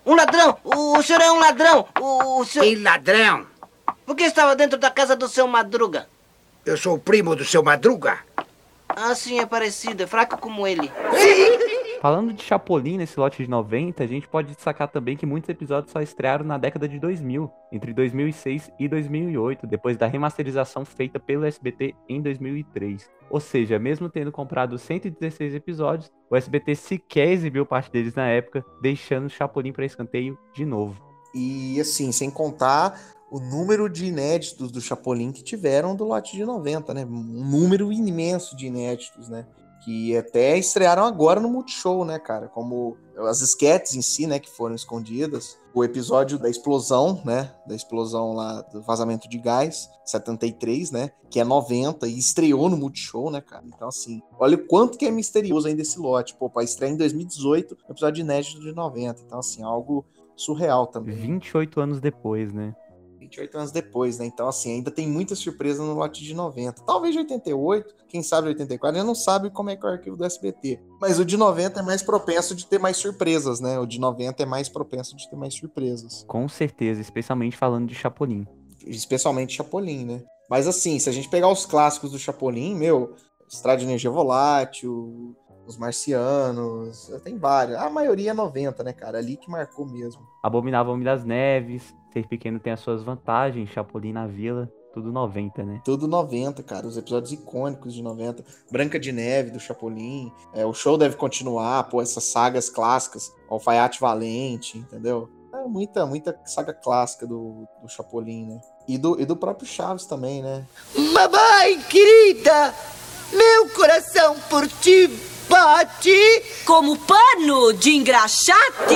O senhor é um ladrão! O senhor... E ladrão? Por que estava dentro da casa do Seu Madruga? Eu sou o primo do Seu Madruga. Ah, sim, é parecido, é fraco como ele. Falando de Chapolin nesse lote de 90, a gente pode destacar também que muitos episódios só estrearam na década de 2000, entre 2006 e 2008, depois da remasterização feita pelo SBT em 2003. Ou seja, mesmo tendo comprado 116 episódios, o SBT sequer exibiu parte deles na época, deixando Chapolin para escanteio de novo. E assim, sem contar o número de inéditos do Chapolin que tiveram do lote de 90, né? Um número imenso de inéditos, né? Que até estrearam agora no Multishow, né, cara? Como as esquetes em si, né, que foram escondidas. O episódio da explosão, né? Da explosão lá, do vazamento de gás, 73, né? Que é 90 e estreou no Multishow, né, cara? Então, assim, olha o quanto que é misterioso ainda esse lote. Pô, pra estrear em 2018, um episódio inédito de 90. Então, assim, algo surreal também. 28 anos depois, né? 28 anos depois, né? Então, assim, ainda tem muita surpresa no lote de 90. Talvez de 88, quem sabe 84, a gente não sabe como é que é o arquivo do SBT. Mas o de 90 é mais propenso de ter mais surpresas, né? O de 90 é mais propenso de ter mais surpresas. Com certeza, especialmente falando de Chapolin. Especialmente Chapolin, né? Mas, assim, se a gente pegar os clássicos do Chapolin, meu, Estrada de Energia Volátil, Os Marcianos, tem vários. A maioria é 90, né, cara? Ali que marcou mesmo. Abominável Homem das Neves, Ser Pequeno tem as suas vantagens, Chapolin na Vila, tudo 90, né? Tudo 90, cara. Os episódios icônicos de 90. Branca de Neve, do Chapolin. O show deve continuar, pô, essas sagas clássicas. Alfaiate Valente, entendeu? Muita saga clássica do Chapolin, né? E do próprio Chaves também, né? Mamãe querida, meu coração por ti bate como pano de engraxate.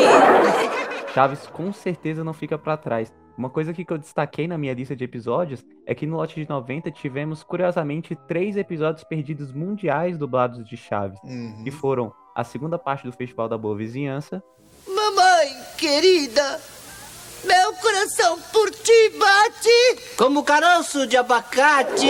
Chaves com certeza não fica pra trás. Uma coisa que eu destaquei na minha lista de episódios é que no lote de 90 tivemos, curiosamente, 3 episódios perdidos mundiais dublados de Chaves, que foram a segunda parte do Festival da Boa Vizinhança. Mamãe querida, meu coração por ti bate como caroço de abacate.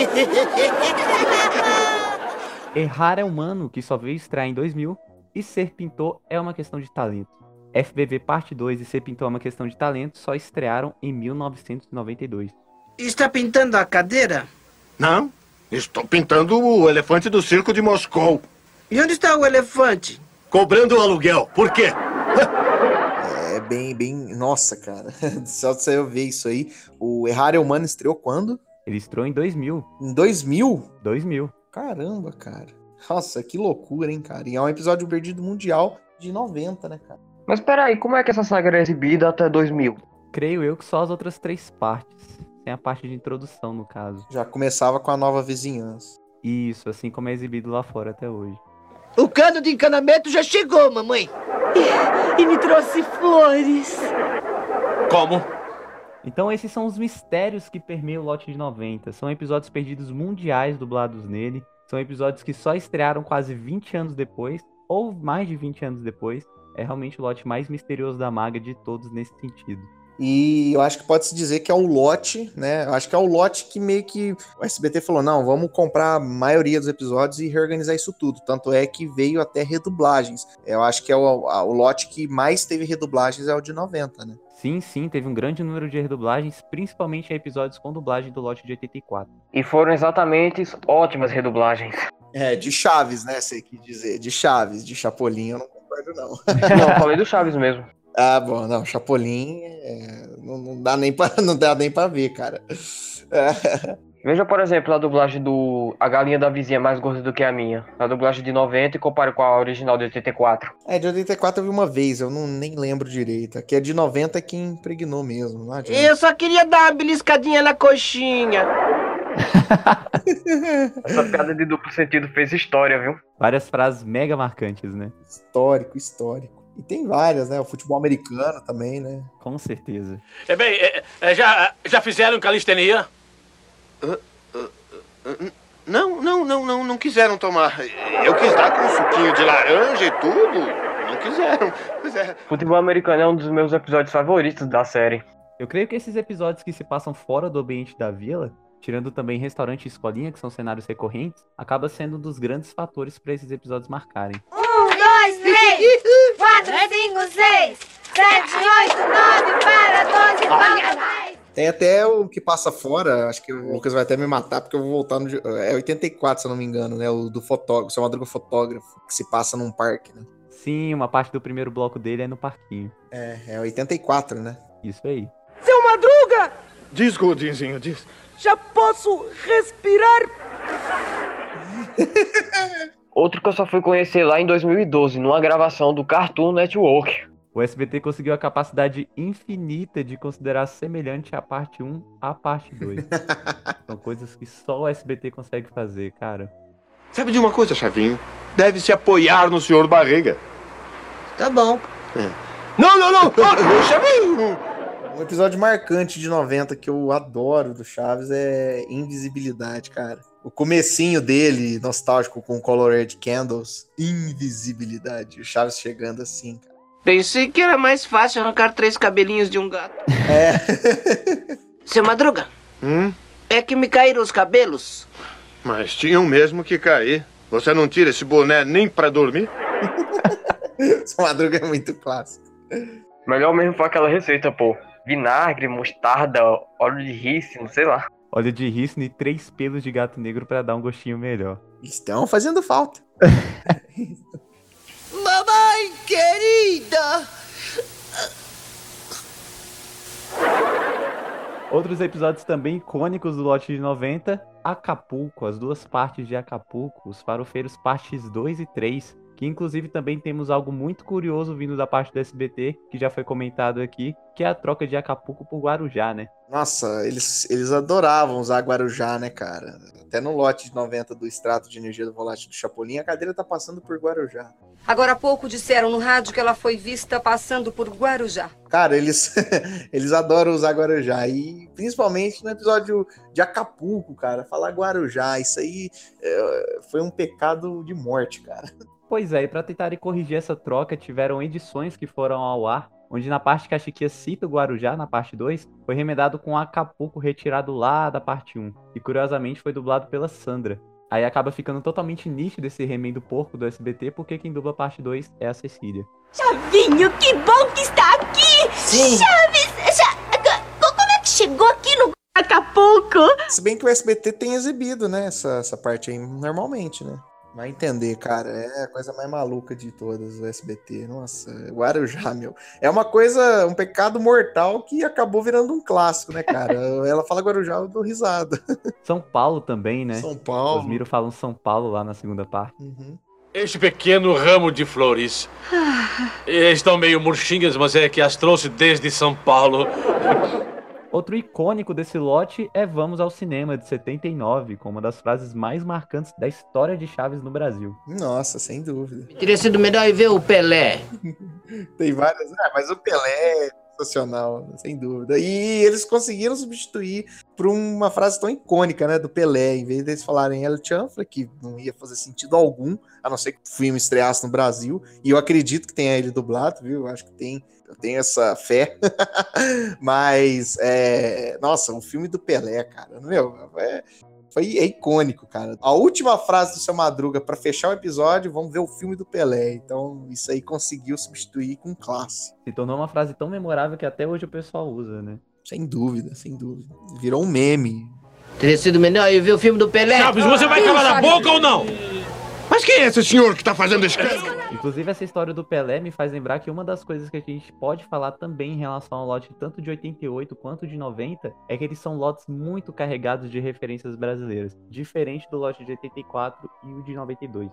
Errar é humano, que só veio estrear em 2000, e Ser Pintor é uma questão de talento. FBV Parte 2 e Ser Pintor é uma questão de talento só estrearam em 1992. Está pintando a cadeira? Não, estou pintando o elefante do circo de Moscou. E onde está o elefante? Cobrando o aluguel. Por quê? É bem... Nossa, cara. Só de eu ver isso aí. O Errar é Humano estreou quando? Ele estreou em 2000. Em 2000? 2000. Caramba, cara. Nossa, que loucura, hein, cara. E é um episódio perdido mundial de 90, né, cara? Mas peraí, como é que essa saga era exibida até 2000? Creio eu que só as outras 3 partes. Tem a parte de introdução, no caso. Já começava com a Nova Vizinhança. Isso, assim como é exibido lá fora até hoje. O cano de encanamento já chegou, mamãe. E me trouxe flores. Como? Então esses são os mistérios que permeiam o lote de 90. São episódios perdidos mundiais dublados nele. São episódios que só estrearam quase 20 anos depois, ou mais de 20 anos depois. É realmente o lote mais misterioso da Maga de todos nesse sentido. E eu acho que pode-se dizer que é o lote, né? Eu acho que é o lote que meio que o SBT falou, não, vamos comprar a maioria dos episódios e reorganizar isso tudo. Tanto é que veio até redublagens. Eu acho que é o lote que mais teve redublagens é o de 90, né? Sim, teve um grande número de redublagens, principalmente em episódios com dublagem do lote de 84. E foram exatamente ótimas redublagens. De Chaves, né? Sei que dizer. De Chaves, de Chapolin eu não concordo, não. Não, eu falei do Chaves mesmo. Ah, bom, não, Chapolin não dá nem pra ver, cara. Veja, por exemplo, a dublagem do A Galinha da Vizinha é Mais Gorda do que a Minha. A dublagem de 90 e compare com a original de 84. De 84 eu vi uma vez, eu nem lembro direito. Aqui é de 90 que impregnou mesmo. Não adianta. Eu só queria dar uma beliscadinha na coxinha. Essa piada de duplo sentido fez história, viu? Várias frases mega marcantes, né? Histórico. E tem várias, né? O futebol americano também, né? Com certeza. Já fizeram calistenia? Não quiseram tomar. Eu quis dar com um suquinho de laranja e tudo. Não quiseram. Futebol americano é um dos meus episódios favoritos da série. Eu creio que esses episódios que se passam fora do ambiente da vila, tirando também restaurante e escolinha, que são cenários recorrentes, acaba sendo um dos grandes fatores para esses episódios marcarem. 1, 2, 3, 4, 5, 6, 7, 8, 9, para 12, volta 10. Tem até o que passa fora, acho que o Lucas vai até me matar, porque eu vou voltar no... É 84, se eu não me engano, né? O do fotógrafo, Seu Madruga Fotógrafo, que se passa num parque, né? Sim, uma parte do primeiro bloco dele é no parquinho. É 84, né? Isso aí. Seu Madruga! Diz, Godinzinho, diz. Já posso respirar? Outro que eu só fui conhecer lá em 2012, numa gravação do Cartoon Network. O SBT conseguiu a capacidade infinita de considerar semelhante a parte 1 à parte 2. São coisas que só o SBT consegue fazer, cara. Sabe de uma coisa, Chavinho? Deve se apoiar no senhor Barriga. Tá bom. Não! Chavinho! Um episódio marcante de 90 que eu adoro do Chaves é Invisibilidade, cara. O comecinho dele, nostálgico com Colored Candles. Invisibilidade. O Chaves chegando assim, cara. Pensei que era mais fácil arrancar 3 cabelinhos de um gato. Seu Madruga, é que me caíram os cabelos. Mas tinham mesmo que cair. Você não tira esse boné nem pra dormir? Seu Madruga é muito clássico. Melhor mesmo foi aquela receita, pô. Vinagre, mostarda, óleo de rícino, sei lá. Óleo de rícino e 3 pelos de gato negro pra dar um gostinho melhor. Estão fazendo falta. Mamãe querida! Outros episódios também icônicos do lote de 90, Acapulco, as duas partes de Acapulco, os farofeiros partes 2 e 3, que inclusive também temos algo muito curioso vindo da parte do SBT, que já foi comentado aqui, que é a troca de Acapulco por Guarujá, né? Nossa, eles adoravam usar Guarujá, né, cara? Até no lote de 90 do extrato de energia do volátil do Chapolin, a cadeira tá passando por Guarujá. Agora há pouco disseram no rádio que ela foi vista passando por Guarujá. Cara, eles adoram usar Guarujá. E principalmente no episódio de Acapulco, cara. Falar Guarujá, isso aí foi um pecado de morte, cara. Pois é, e pra tentarem corrigir essa troca, tiveram edições que foram ao ar, onde na parte que a Chiquinha cita o Guarujá, na parte 2, foi remendado com Acapulco retirado lá da parte 1. E curiosamente foi dublado pela Sandra. Aí acaba ficando totalmente nítido esse remendo porco do SBT, porque quem dubla a parte 2 é a Cecília. Chavinho, que bom que está aqui! Sim. Chaves, como é que chegou aqui no Acapulco? Se bem que o SBT tem exibido, né, essa parte aí normalmente, né? Vai entender, cara, é a coisa mais maluca de todas, o SBT. Nossa, Guarujá, meu. É uma coisa, um pecado mortal que acabou virando um clássico, né, cara? Ela fala Guarujá, eu dou risada. São Paulo também, né? São Paulo. Os Miro falam São Paulo lá na segunda parte. Este pequeno ramo de flores estão meio murchinhas, mas é que as trouxe desde São Paulo. Outro icônico desse lote é Vamos ao Cinema, de 79, com uma das frases mais marcantes da história de Chaves no Brasil. Nossa, sem dúvida. Teria sido melhor ir ver o Pelé. Tem várias, mas o Pelé é sensacional, sem dúvida. E eles conseguiram substituir por uma frase tão icônica, né, do Pelé. Em vez deles falarem El Chanfle, que não ia fazer sentido algum, a não ser que o filme estreasse no Brasil. E eu acredito que tenha ele dublado, viu? Eu acho que tem. Eu tenho essa fé. Mas, nossa, o filme do Pelé, cara, meu, é icônico, cara. A última frase do Seu Madruga pra fechar o episódio, vamos ver o filme do Pelé. Então, isso aí conseguiu substituir com classe. Se tornou uma frase tão memorável que até hoje o pessoal usa, né? Sem dúvida, sem dúvida. Virou um meme. Teria sido melhor ir ver o filme do Pelé. Chaves, você vai calar a boca ou não? Mas Mas quem é esse senhor que tá fazendo escândalo? Inclusive, essa história do Pelé me faz lembrar que uma das coisas que a gente pode falar também em relação ao lote tanto de 88 quanto de 90 é que eles são lotes muito carregados de referências brasileiras, diferente do lote de 84 e o de 92.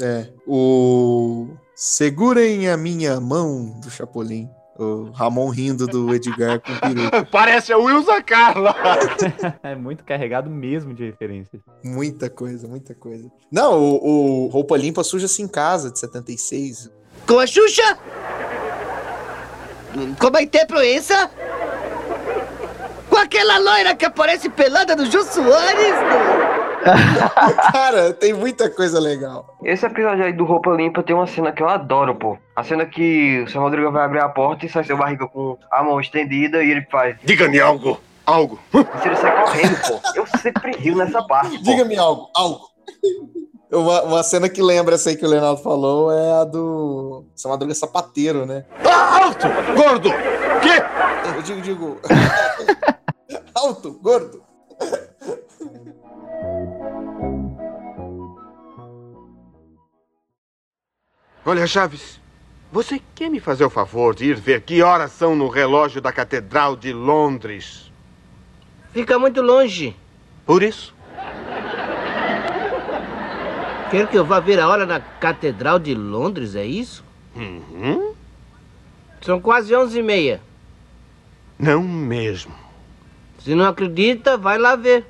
O Segurem a Minha Mão do Chapolin. O Ramon rindo do Edgar com o peruca. Parece a Wilson Carla. É muito carregado mesmo de referências. Muita coisa, muita coisa. Não, o Roupa Limpa Suja-se em Casa, de 76. Com a Xuxa? Com a Maite Proença? Com aquela loira que aparece pelada do Jô Soares? Cara, tem muita coisa legal. Esse episódio aí do Roupa Limpa tem uma cena que eu adoro, pô. A cena que o seu Madruga vai abrir a porta e sai seu barriga com a mão estendida e ele faz... Diga-me algo. Algo. E ele sai correndo, pô. Eu sempre rio nessa parte, pô. Diga-me algo. Uma cena que lembra essa aí que o Leonardo falou é a do seu Madruga sapateiro, né? Alto! Gordo! Quê? Eu digo... Alto, gordo. Olha, Chaves, você quer me fazer o favor de ir ver que horas são no relógio da Catedral de Londres? Fica muito longe. Por isso? Quer que eu vá ver a hora na Catedral de Londres, é isso? Uhum. São quase 11h30. Não mesmo. Se não acredita, vai lá ver.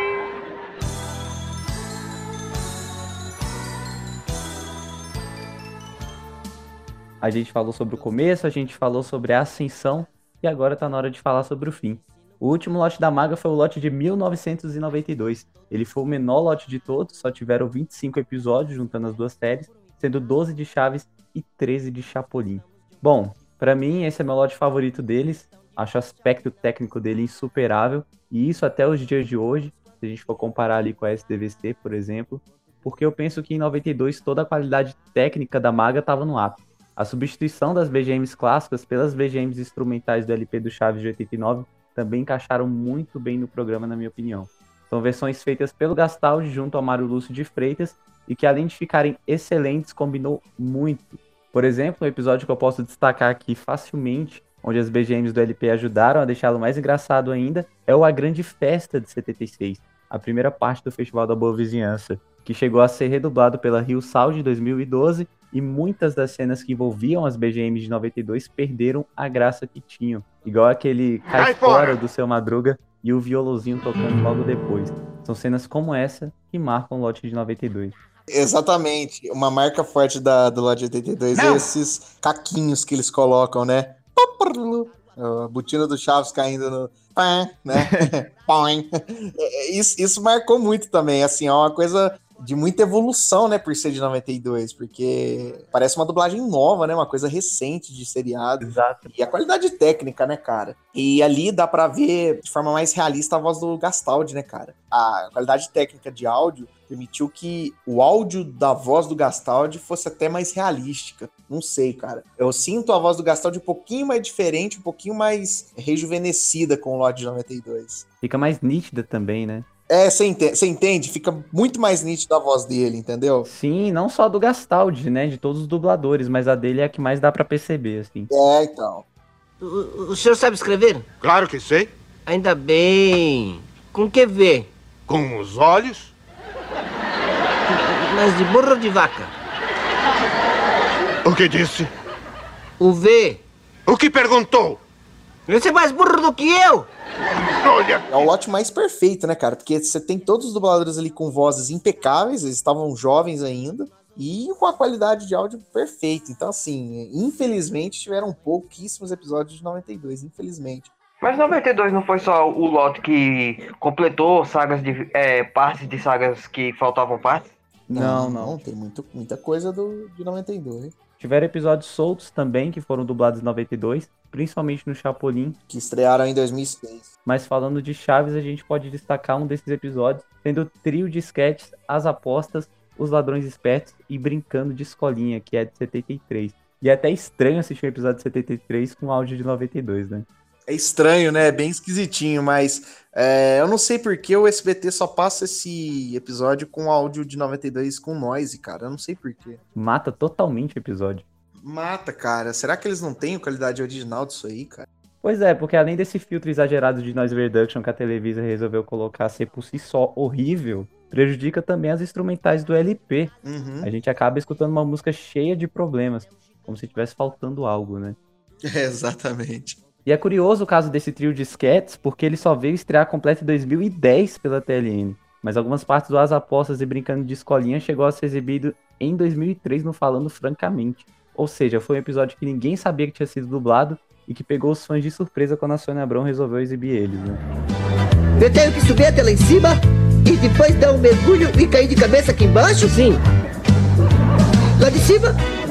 A gente falou sobre o começo, a gente falou sobre a ascensão e agora tá na hora de falar sobre o fim. O último lote da Maga foi o lote de 1992. Ele foi o menor lote de todos, só tiveram 25 episódios juntando as duas séries, sendo 12 de Chaves e 13 de Chapolin. Bom, pra mim esse é meu lote favorito deles, acho o aspecto técnico dele insuperável, e isso até os dias de hoje, se a gente for comparar ali com a SDVC, por exemplo, porque eu penso que em 92 toda a qualidade técnica da Maga estava no ápice. A substituição das BGMs clássicas pelas BGMs instrumentais do LP do Chaves de 89 também encaixaram muito bem no programa, na minha opinião. São versões feitas pelo Gastaldi junto ao Mário Lúcio de Freitas e que, além de ficarem excelentes, combinou muito. Por exemplo, um episódio que eu posso destacar aqui facilmente, onde as BGMs do LP ajudaram a deixá-lo mais engraçado ainda, é o A Grande Festa de 76, a primeira parte do Festival da Boa Vizinhança, que chegou a ser redublado pela Rio Sound em 2012, e muitas das cenas que envolviam as BGMs de 92 perderam a graça que tinham. Igual aquele Cai Fora do Seu Madruga e o violãozinho tocando logo depois. São cenas como essa que marcam o lote de 92. Exatamente. Uma marca forte do lote de 82 é esses caquinhos que eles colocam, né? A botina do Chaves caindo no... né? Isso marcou muito também, assim, é uma coisa de muita evolução, né, por ser de 92, porque parece uma dublagem nova, né, uma coisa recente de seriado. Exato. E a qualidade técnica, né, cara? E ali dá pra ver de forma mais realista a voz do Gastaldi, né, cara? A qualidade técnica de áudio permitiu que o áudio da voz do Gastaldi fosse até mais realística. Não sei, cara. Eu sinto a voz do Gastaldi um pouquinho mais diferente, um pouquinho mais rejuvenescida com o lote de 92. Fica mais nítida também, né? Você entende? Fica muito mais nítida a voz dele, entendeu? Sim, não só do Gastaldi, né? De todos os dubladores, mas a dele é a que mais dá pra perceber, assim. Então. O senhor sabe escrever? Claro que sei. Ainda bem. Com que vê? Com os olhos. Mas de burro ou de vaca? O que disse? O V. O que perguntou? Você é mais burro do que eu! Olha! É o lote mais perfeito, né, cara? Porque você tem todos os dubladores ali com vozes impecáveis, eles estavam jovens ainda, e com a qualidade de áudio perfeita. Então, assim, infelizmente tiveram pouquíssimos episódios de 92, infelizmente. Mas 92 não foi só o lote que completou sagas de partes de sagas que faltavam partes? Não. Tem muita coisa de 92. Tiveram episódios soltos também, que foram dublados em 92, principalmente no Chapolin. Que estrearam em 2006. Mas falando de Chaves, a gente pode destacar um desses episódios, sendo o trio de sketches As Apostas, Os Ladrões Espertos e Brincando de Escolinha, que é de 73. E é até estranho assistir um episódio de 73 com áudio de 92, né? É estranho, né? É bem esquisitinho, mas eu não sei porque o SBT só passa esse episódio com áudio de 92 com noise, cara. Eu não sei porquê. Mata totalmente o episódio. Mata, cara. Será que eles não têm a qualidade original disso aí, cara? Pois é, porque além desse filtro exagerado de noise reduction que a Televisa resolveu colocar ser por si só horrível, prejudica também as instrumentais do LP. A gente acaba escutando uma música cheia de problemas, como se estivesse faltando algo, né? Exatamente. E é curioso o caso desse trio de sketches, porque ele só veio estrear completo em 2010 pela TLN. Mas algumas partes do As Apostas e Brincando de Escolinha chegou a ser exibido em 2003 no Falando Francamente. Ou seja, foi um episódio que ninguém sabia que tinha sido dublado e que pegou os fãs de surpresa quando a Sônia Abrão resolveu exibir eles, né? Eu tenho que subir até lá em cima e depois dar um mergulho e cair de cabeça aqui embaixo? Sim. Lá de cima?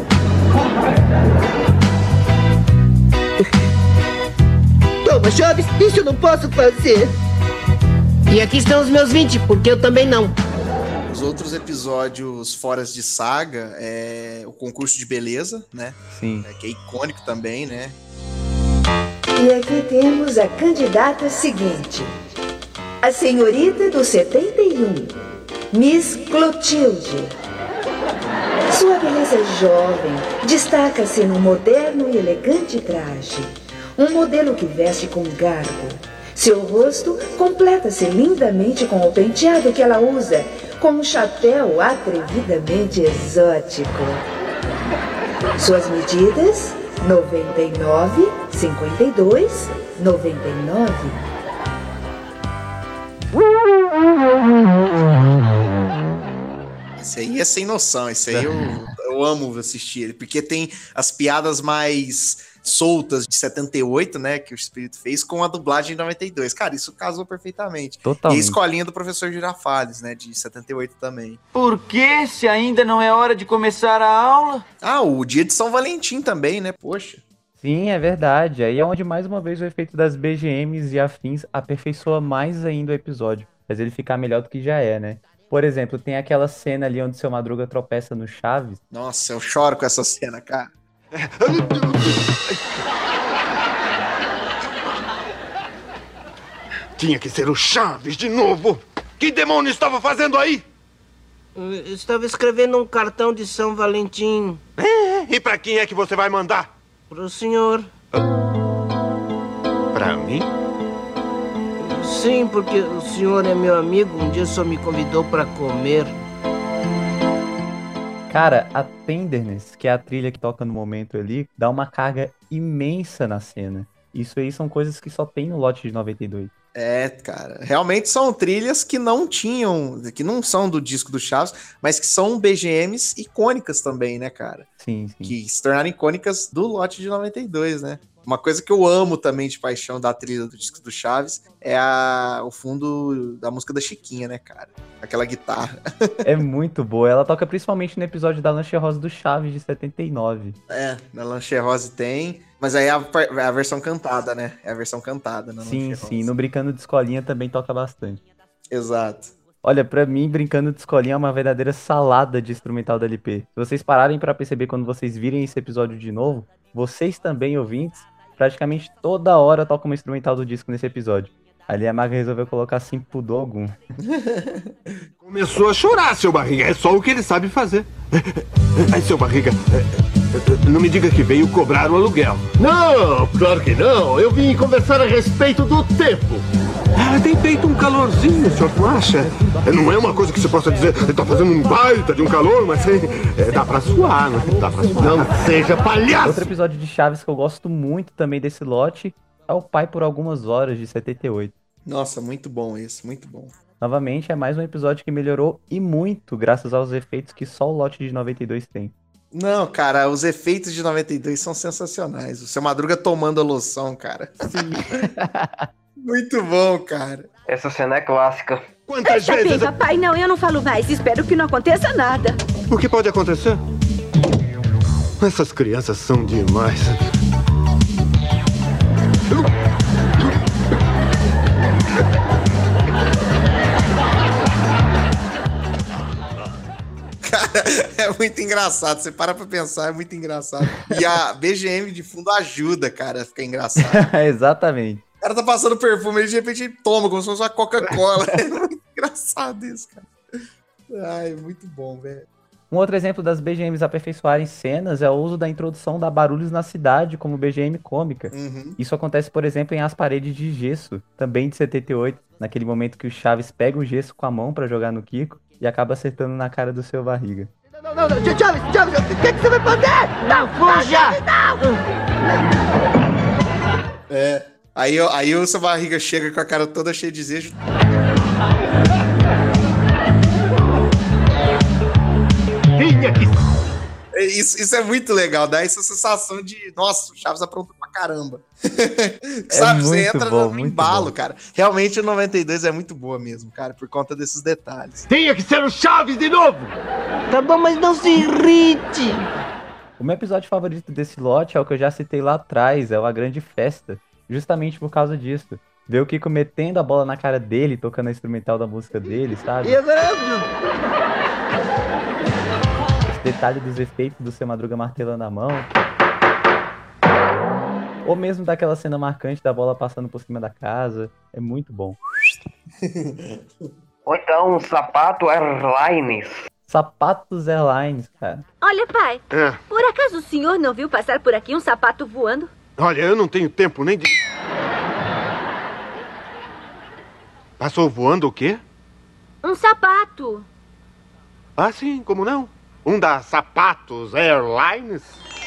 Toma, Chaves, isso eu não posso fazer. E aqui estão os meus 20, porque eu também não. Os outros episódios fora de saga é o concurso de beleza, né? Sim. Que é icônico também, né? E aqui temos a candidata seguinte. A senhorita do 71, Miss Clotilde. Sua beleza jovem destaca-se num moderno e elegante traje. Um modelo que veste com garbo. Seu rosto completa-se lindamente com o penteado que ela usa, com um chapéu atrevidamente exótico. Suas medidas: 99, 52, 99. Esse aí é sem noção, esse aí eu amo assistir ele, porque tem as piadas mais soltas de 78, né, que o Espírito fez, com a dublagem de 92. Cara, isso casou perfeitamente. Totalmente. E a escolinha do professor Girafales, né, de 78 também. Por que, se ainda não é hora de começar a aula? Ah, o dia de São Valentim também, né, poxa. Sim, é verdade. Aí é onde mais uma vez o efeito das BGMs e afins aperfeiçoa mais ainda o episódio, faz ele ficar melhor do que já é, né? Por exemplo, tem aquela cena ali onde seu Madruga tropeça no Chaves. Nossa, eu choro com essa cena, cara. Tinha que ser o Chaves de novo. Que demônio estava fazendo aí? Eu estava escrevendo um cartão de São Valentim. E pra quem é que você vai mandar? Pro senhor. Pra mim? Sim, porque o senhor é meu amigo. Um dia só me convidou pra comer. Cara, a Tenderness, que é a trilha que toca no momento ali, dá uma carga imensa na cena. Isso aí são coisas que só tem no lote de 92. É, cara, realmente são trilhas que não tinham, que não são do disco do Chaves, mas que são BGMs icônicas também, né, cara? Sim. Que se tornaram icônicas do lote de 92, né? Uma coisa que eu amo também de paixão da trilha do disco do Chaves é o fundo da música da Chiquinha, né, cara? Aquela guitarra. É muito boa. Ela toca principalmente no episódio da Lanche Rosa do Chaves, de 79. É, na Lanche Rosa tem, mas aí é a versão cantada, né? É a versão cantada na Lanche Rosa. Sim, no Brincando de Escolinha também toca bastante. Exato. Olha, pra mim, Brincando de Escolinha é uma verdadeira salada de instrumental da LP. Se vocês pararem pra perceber quando vocês virem esse episódio de novo, vocês também, ouvintes, praticamente toda hora toca uma instrumental do disco nesse episódio. Ali a Maga resolveu colocar sem pudor algum. Começou a chorar, seu Barriga. É só o que ele sabe fazer. Ai, seu Barriga, não me diga que veio cobrar o aluguel. Não, claro que não. Eu vim conversar a respeito do tempo. Tem feito um calorzinho, o senhor não acha? Não é uma coisa que você possa dizer, tá fazendo um baita de um calor, mas dá pra suar, né? Dá pra suar. Não seja palhaço! Outro episódio de Chaves que eu gosto muito também desse lote é O Pai por Algumas Horas, de 78. Nossa, muito bom esse, muito bom. Novamente, é mais um episódio que melhorou e muito graças aos efeitos que só o lote de 92 tem. Não, cara, os efeitos de 92 são sensacionais. O seu Madruga tomando a loção, cara. Sim. Muito bom, cara. Essa cena é clássica. Quantas Bem, vezes... papai, não, eu não falo mais. Espero que não aconteça nada. O que pode acontecer? Essas crianças são demais. cara, é muito engraçado. Você para pra pensar, é muito engraçado. E a BGM de fundo ajuda, cara, a ficar engraçado. Exatamente. O cara tá passando perfume e de repente ele toma, como se fosse uma Coca-Cola. É muito engraçado isso, cara. Ai, muito bom, velho. Um outro exemplo das BGMs aperfeiçoarem cenas é o uso da introdução da Barulhos na Cidade como BGM cômica. Isso acontece, por exemplo, em As Paredes de Gesso, também de 78, naquele momento que o Chaves pega o gesso com a mão pra jogar no Kiko e acaba acertando na cara do seu barriga. Não, Chaves, o que você vai fazer? Não fuja! É, aí o seu barriga chega com a cara toda cheia de desejo. Isso é muito legal, dá essa sensação de, nossa, o Chaves aprontou pra caramba. Sabe, você entra no embalo, cara. Realmente o 92 é muito boa mesmo, cara, por conta desses detalhes. Tinha que ser o Chaves de novo! Tá bom, mas não se irrite. O meu episódio favorito desse lote é o que eu já citei lá atrás, é o A Grande Festa, justamente por causa disso. Ver o Kiko metendo a bola na cara dele, tocando a instrumental da música dele, sabe? E agora... Detalhe dos efeitos do Seu Madruga martelando a mão. Ou mesmo daquela cena marcante da bola passando por cima da casa. É muito bom. Ou então um sapato Airlines. Sapatos Airlines, cara. Olha, pai. Por acaso o senhor não viu passar por aqui um sapato voando? Olha, eu não tenho tempo nem de... Passou voando o quê? Um sapato. Ah, sim, como não? Um da Sapatos Airlines?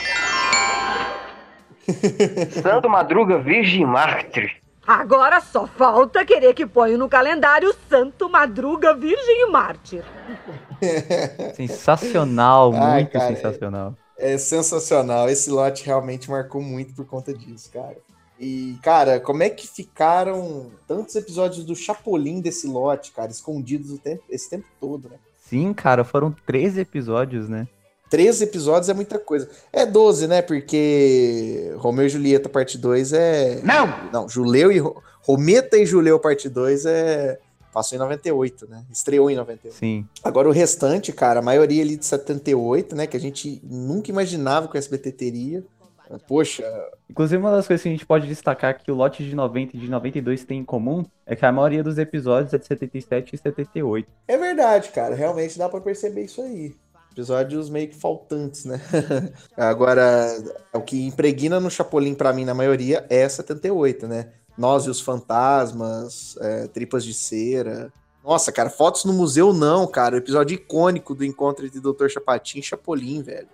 Santo Madruga Virgem Mártir. Agora só falta querer que ponha no calendário Santo Madruga Virgem e Mártir. Sensacional, muito cara, sensacional. É sensacional. Esse lote realmente marcou muito por conta disso, cara. E, cara, como é que ficaram tantos episódios do Chapolin desse lote, cara, escondidos esse tempo todo, né? Sim, cara, foram 13 episódios, né? 13 episódios é muita coisa. É 12, né? Porque Romeu e Julieta parte 2 é... Não, Rometa e Juleu parte 2 passou em 98, né? Estreou em 98. Sim. Agora o restante, cara, a maioria ali de 78, né? Que a gente nunca imaginava que o SBT teria. Poxa... Inclusive, uma das coisas que a gente pode destacar que o lote de 90 e de 92 tem em comum é que a maioria dos episódios é de 77 e 78. É verdade, cara. Realmente dá pra perceber isso aí. Episódios meio que faltantes, né? Agora, o que impregna no Chapolin pra mim, na maioria, é 78, né? Nós e os Fantasmas, Tripas de Cera... Nossa, cara, Fotos no Museu não, cara. O episódio icônico do encontro entre Dr. Chapatin e Chapolin, velho.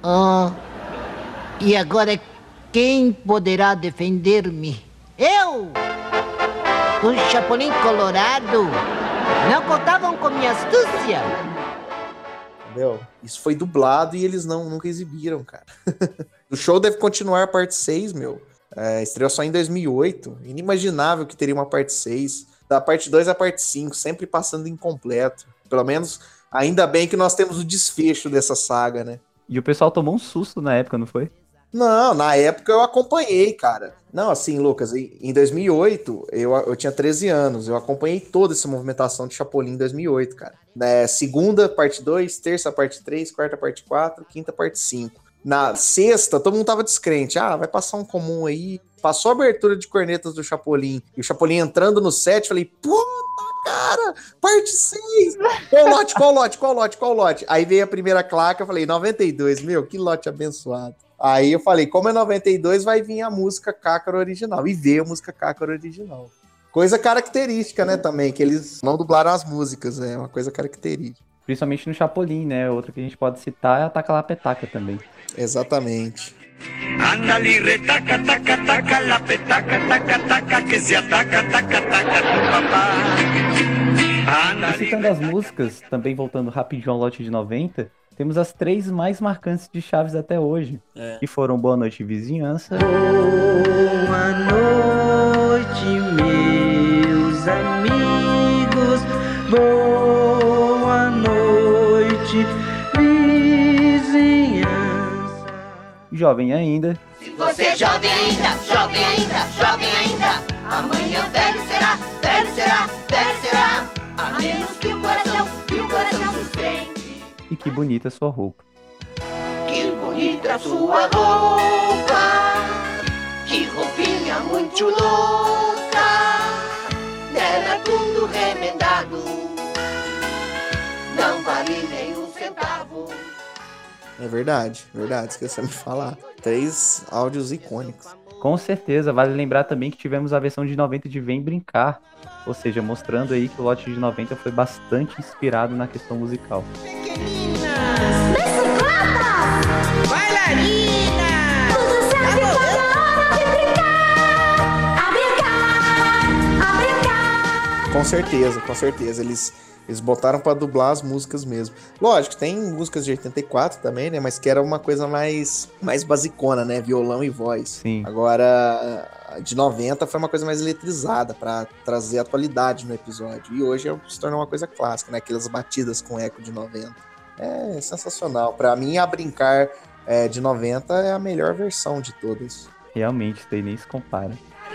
E agora quem poderá defender-me? Eu! O Chapolin Colorado! Não contavam com minha astúcia! Entendeu? Isso foi dublado e eles nunca exibiram, cara. O show deve continuar a parte 6, meu. Estreou só em 2008. Inimaginável que teria uma parte 6. Da parte 2 à parte 5, sempre passando incompleto. Pelo menos, ainda bem que nós temos o desfecho dessa saga, né? E o pessoal tomou um susto na época, não foi? Não, na época eu acompanhei, cara. Não, assim, Lucas, em 2008, eu tinha 13 anos. Eu acompanhei toda essa movimentação de Chapolin em 2008, cara. Segunda, parte 2, terça, parte 3, quarta, parte 4, quinta, parte 5. Na sexta, todo mundo tava descrente. Vai passar um comum aí. Passou a abertura de cornetas do Chapolin. E o Chapolin entrando no set, falei, puta, cara, parte 6. Qual lote? Aí veio a primeira claque, eu falei, 92, meu, que lote abençoado. Aí eu falei, como é 92, vai vir a música Cácaro original. E veio a música Cácaro original. Coisa característica, né, também, que eles não dublaram as músicas, é uma coisa característica. Principalmente no Chapolin, né? Outra que a gente pode citar é a Taca lá Petaca também. Exatamente. Ándale, retaca, taca, taca, la petaca, taca, taca, que se ataca, taca, taca, tu papá. E citando as músicas, também voltando rapidinho ao lote de 90... Temos as 3 mais marcantes de Chaves até hoje, que foram Boa Noite Vizinhança. Boa noite, meus amigos. Boa noite, vizinhança. Jovem Ainda. Se você é jovem ainda, jovem ainda, jovem ainda, amanhã velho será, velho será, velho será. A menos que o coração se estende. e que bonita sua roupa. Que bonita sua roupa, que roupinha muito louca, nela tudo remendado, não vale nem um centavo. É verdade, esqueci de falar. 3 áudios icônicos. Com certeza, vale lembrar também que tivemos a versão de 90 de Vem Brincar, ou seja, mostrando aí que o lote de 90 foi bastante inspirado na questão musical. Com certeza. Eles botaram pra dublar as músicas mesmo. Lógico, tem músicas de 84 também, né? Mas que era uma coisa mais basicona, né? Violão e voz. Sim. Agora, de 90 foi uma coisa mais eletrizada pra trazer atualidade no episódio. E hoje se tornou uma coisa clássica, né? Aquelas batidas com eco de 90. É sensacional. Pra mim, a Brincar de 90 é a melhor versão de todas. Realmente, isso aí nem se compara.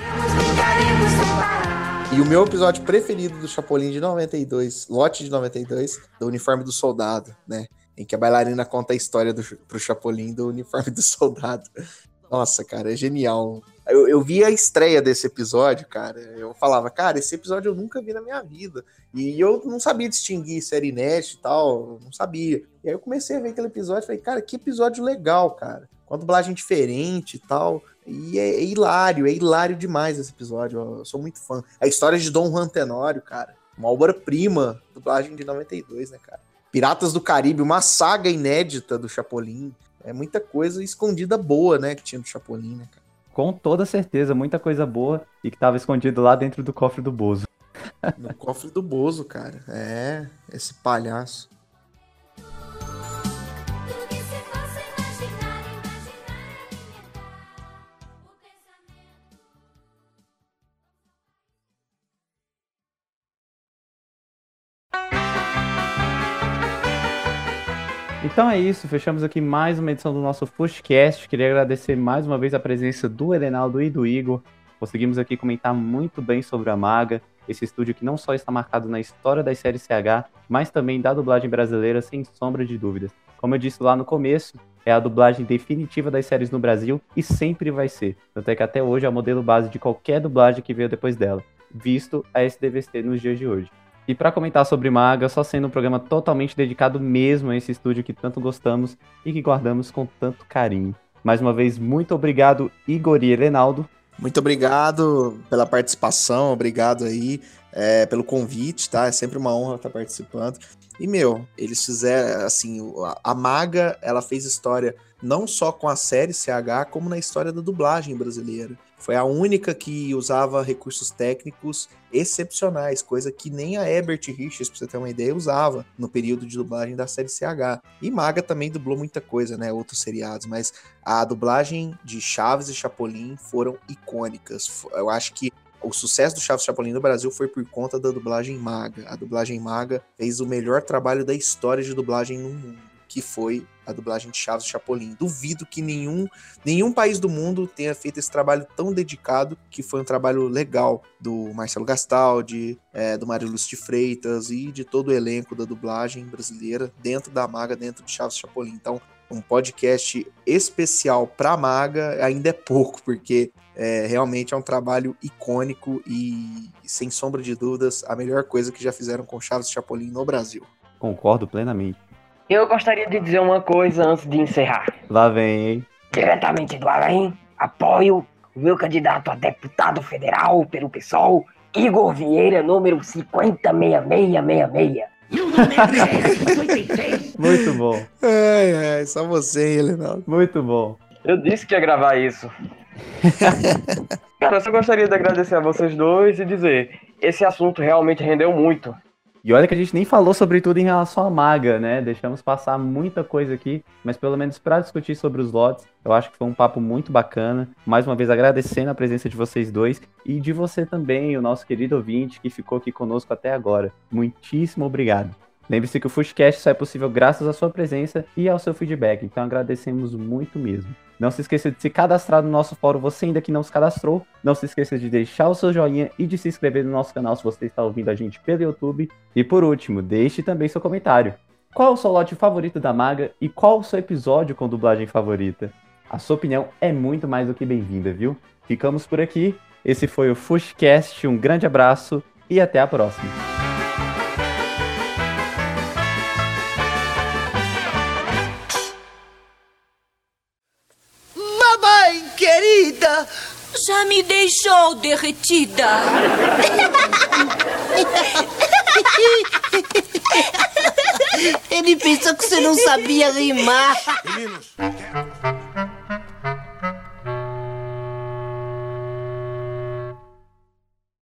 E o meu episódio preferido do Chapolin de 92, lote de 92, do uniforme do soldado, né? Em que a bailarina conta a história pro Chapolin do uniforme do soldado. Nossa, cara, é genial. Eu vi a estreia desse episódio, cara. Eu falava, cara, esse episódio eu nunca vi na minha vida. E eu não sabia distinguir se era inédito e tal, não sabia. E aí eu comecei a ver aquele episódio e falei, cara, que episódio legal, cara. Com a dublagem diferente e tal. E é hilário demais esse episódio. Eu sou muito fã. A história de Dom Juan Tenório, cara. Uma obra-prima, dublagem de 92, né, cara? Piratas do Caribe, uma saga inédita do Chapolin. É muita coisa escondida boa, né, que tinha do Chapolin, né, cara? Com toda certeza, muita coisa boa e que tava escondido lá dentro do cofre do Bozo. No cofre do Bozo, cara. É, esse palhaço. Então é isso, fechamos aqui mais uma edição do nosso Fushcast. Queria agradecer mais uma vez a presença do Herenaldo e do Igor. Conseguimos aqui comentar muito bem sobre a Maga, esse estúdio que não só está marcado na história das séries CH, mas também da dublagem brasileira, sem sombra de dúvidas. Como eu disse lá no começo, é a dublagem definitiva das séries no Brasil e sempre vai ser. Tanto é que até hoje é o modelo base de qualquer dublagem que veio depois dela, visto a SDVC nos dias de hoje. E para comentar sobre Maga, só sendo um programa totalmente dedicado mesmo a esse estúdio que tanto gostamos e que guardamos com tanto carinho. Mais uma vez, muito obrigado, Igor e Herenaldo. Muito obrigado pela participação, obrigado aí pelo convite, tá? É sempre uma honra estar participando. E, eles fizeram, assim, a Maga, ela fez história não só com a série CH, como na história da dublagem brasileira. Foi a única que usava recursos técnicos excepcionais, coisa que nem a Herbert Richards, pra você ter uma ideia, usava no período de dublagem da série CH. E Maga também dublou muita coisa, né, outros seriados, mas a dublagem de Chaves e Chapolin foram icônicas. Eu acho que o sucesso do Chaves e Chapolin no Brasil foi por conta da dublagem Maga. A dublagem Maga fez o melhor trabalho da história de dublagem no mundo, que foi a dublagem de Chaves e Chapolin. Duvido que nenhum país do mundo tenha feito esse trabalho tão dedicado, que foi um trabalho legal do Marcelo Gastaldi, do Mário Lúcio de Freitas e de todo o elenco da dublagem brasileira dentro da Maga, dentro de Chaves e Chapolin. Então, um podcast especial pra Maga ainda é pouco, porque realmente é um trabalho icônico e, sem sombra de dúvidas, a melhor coisa que já fizeram com Chaves e Chapolin no Brasil. Concordo plenamente. Eu gostaria de dizer uma coisa antes de encerrar. Lá vem, hein? Diretamente do além, apoio o meu candidato a deputado federal pelo PSOL, Igor Vieira, número 506666. Muito bom. Só você, hein, Herenaldo. Muito bom. Eu disse que ia gravar isso. Cara, eu só gostaria de agradecer a vocês dois e dizer, esse assunto realmente rendeu muito. E olha que a gente nem falou sobre tudo em relação à Maga, né? Deixamos passar muita coisa aqui, mas pelo menos para discutir sobre os lotes, eu acho que foi um papo muito bacana. Mais uma vez agradecendo a presença de vocês dois e de você também, o nosso querido ouvinte que ficou aqui conosco até agora. Muitíssimo obrigado. Lembre-se que o Fushcast só é possível graças à sua presença e ao seu feedback, então agradecemos muito mesmo. Não se esqueça de se cadastrar no nosso fórum, você ainda que não se cadastrou. Não se esqueça de deixar o seu joinha e de se inscrever no nosso canal se você está ouvindo a gente pelo YouTube. E por último, deixe também seu comentário. Qual o seu lote favorito da Maga e qual o seu episódio com dublagem favorita? A sua opinião é muito mais do que bem-vinda, viu? Ficamos por aqui. Esse foi o Fushcast. Um grande abraço e até a próxima. Mamãe querida! Já me deixou derretida. Ele pensou que você não sabia rimar. Meninos,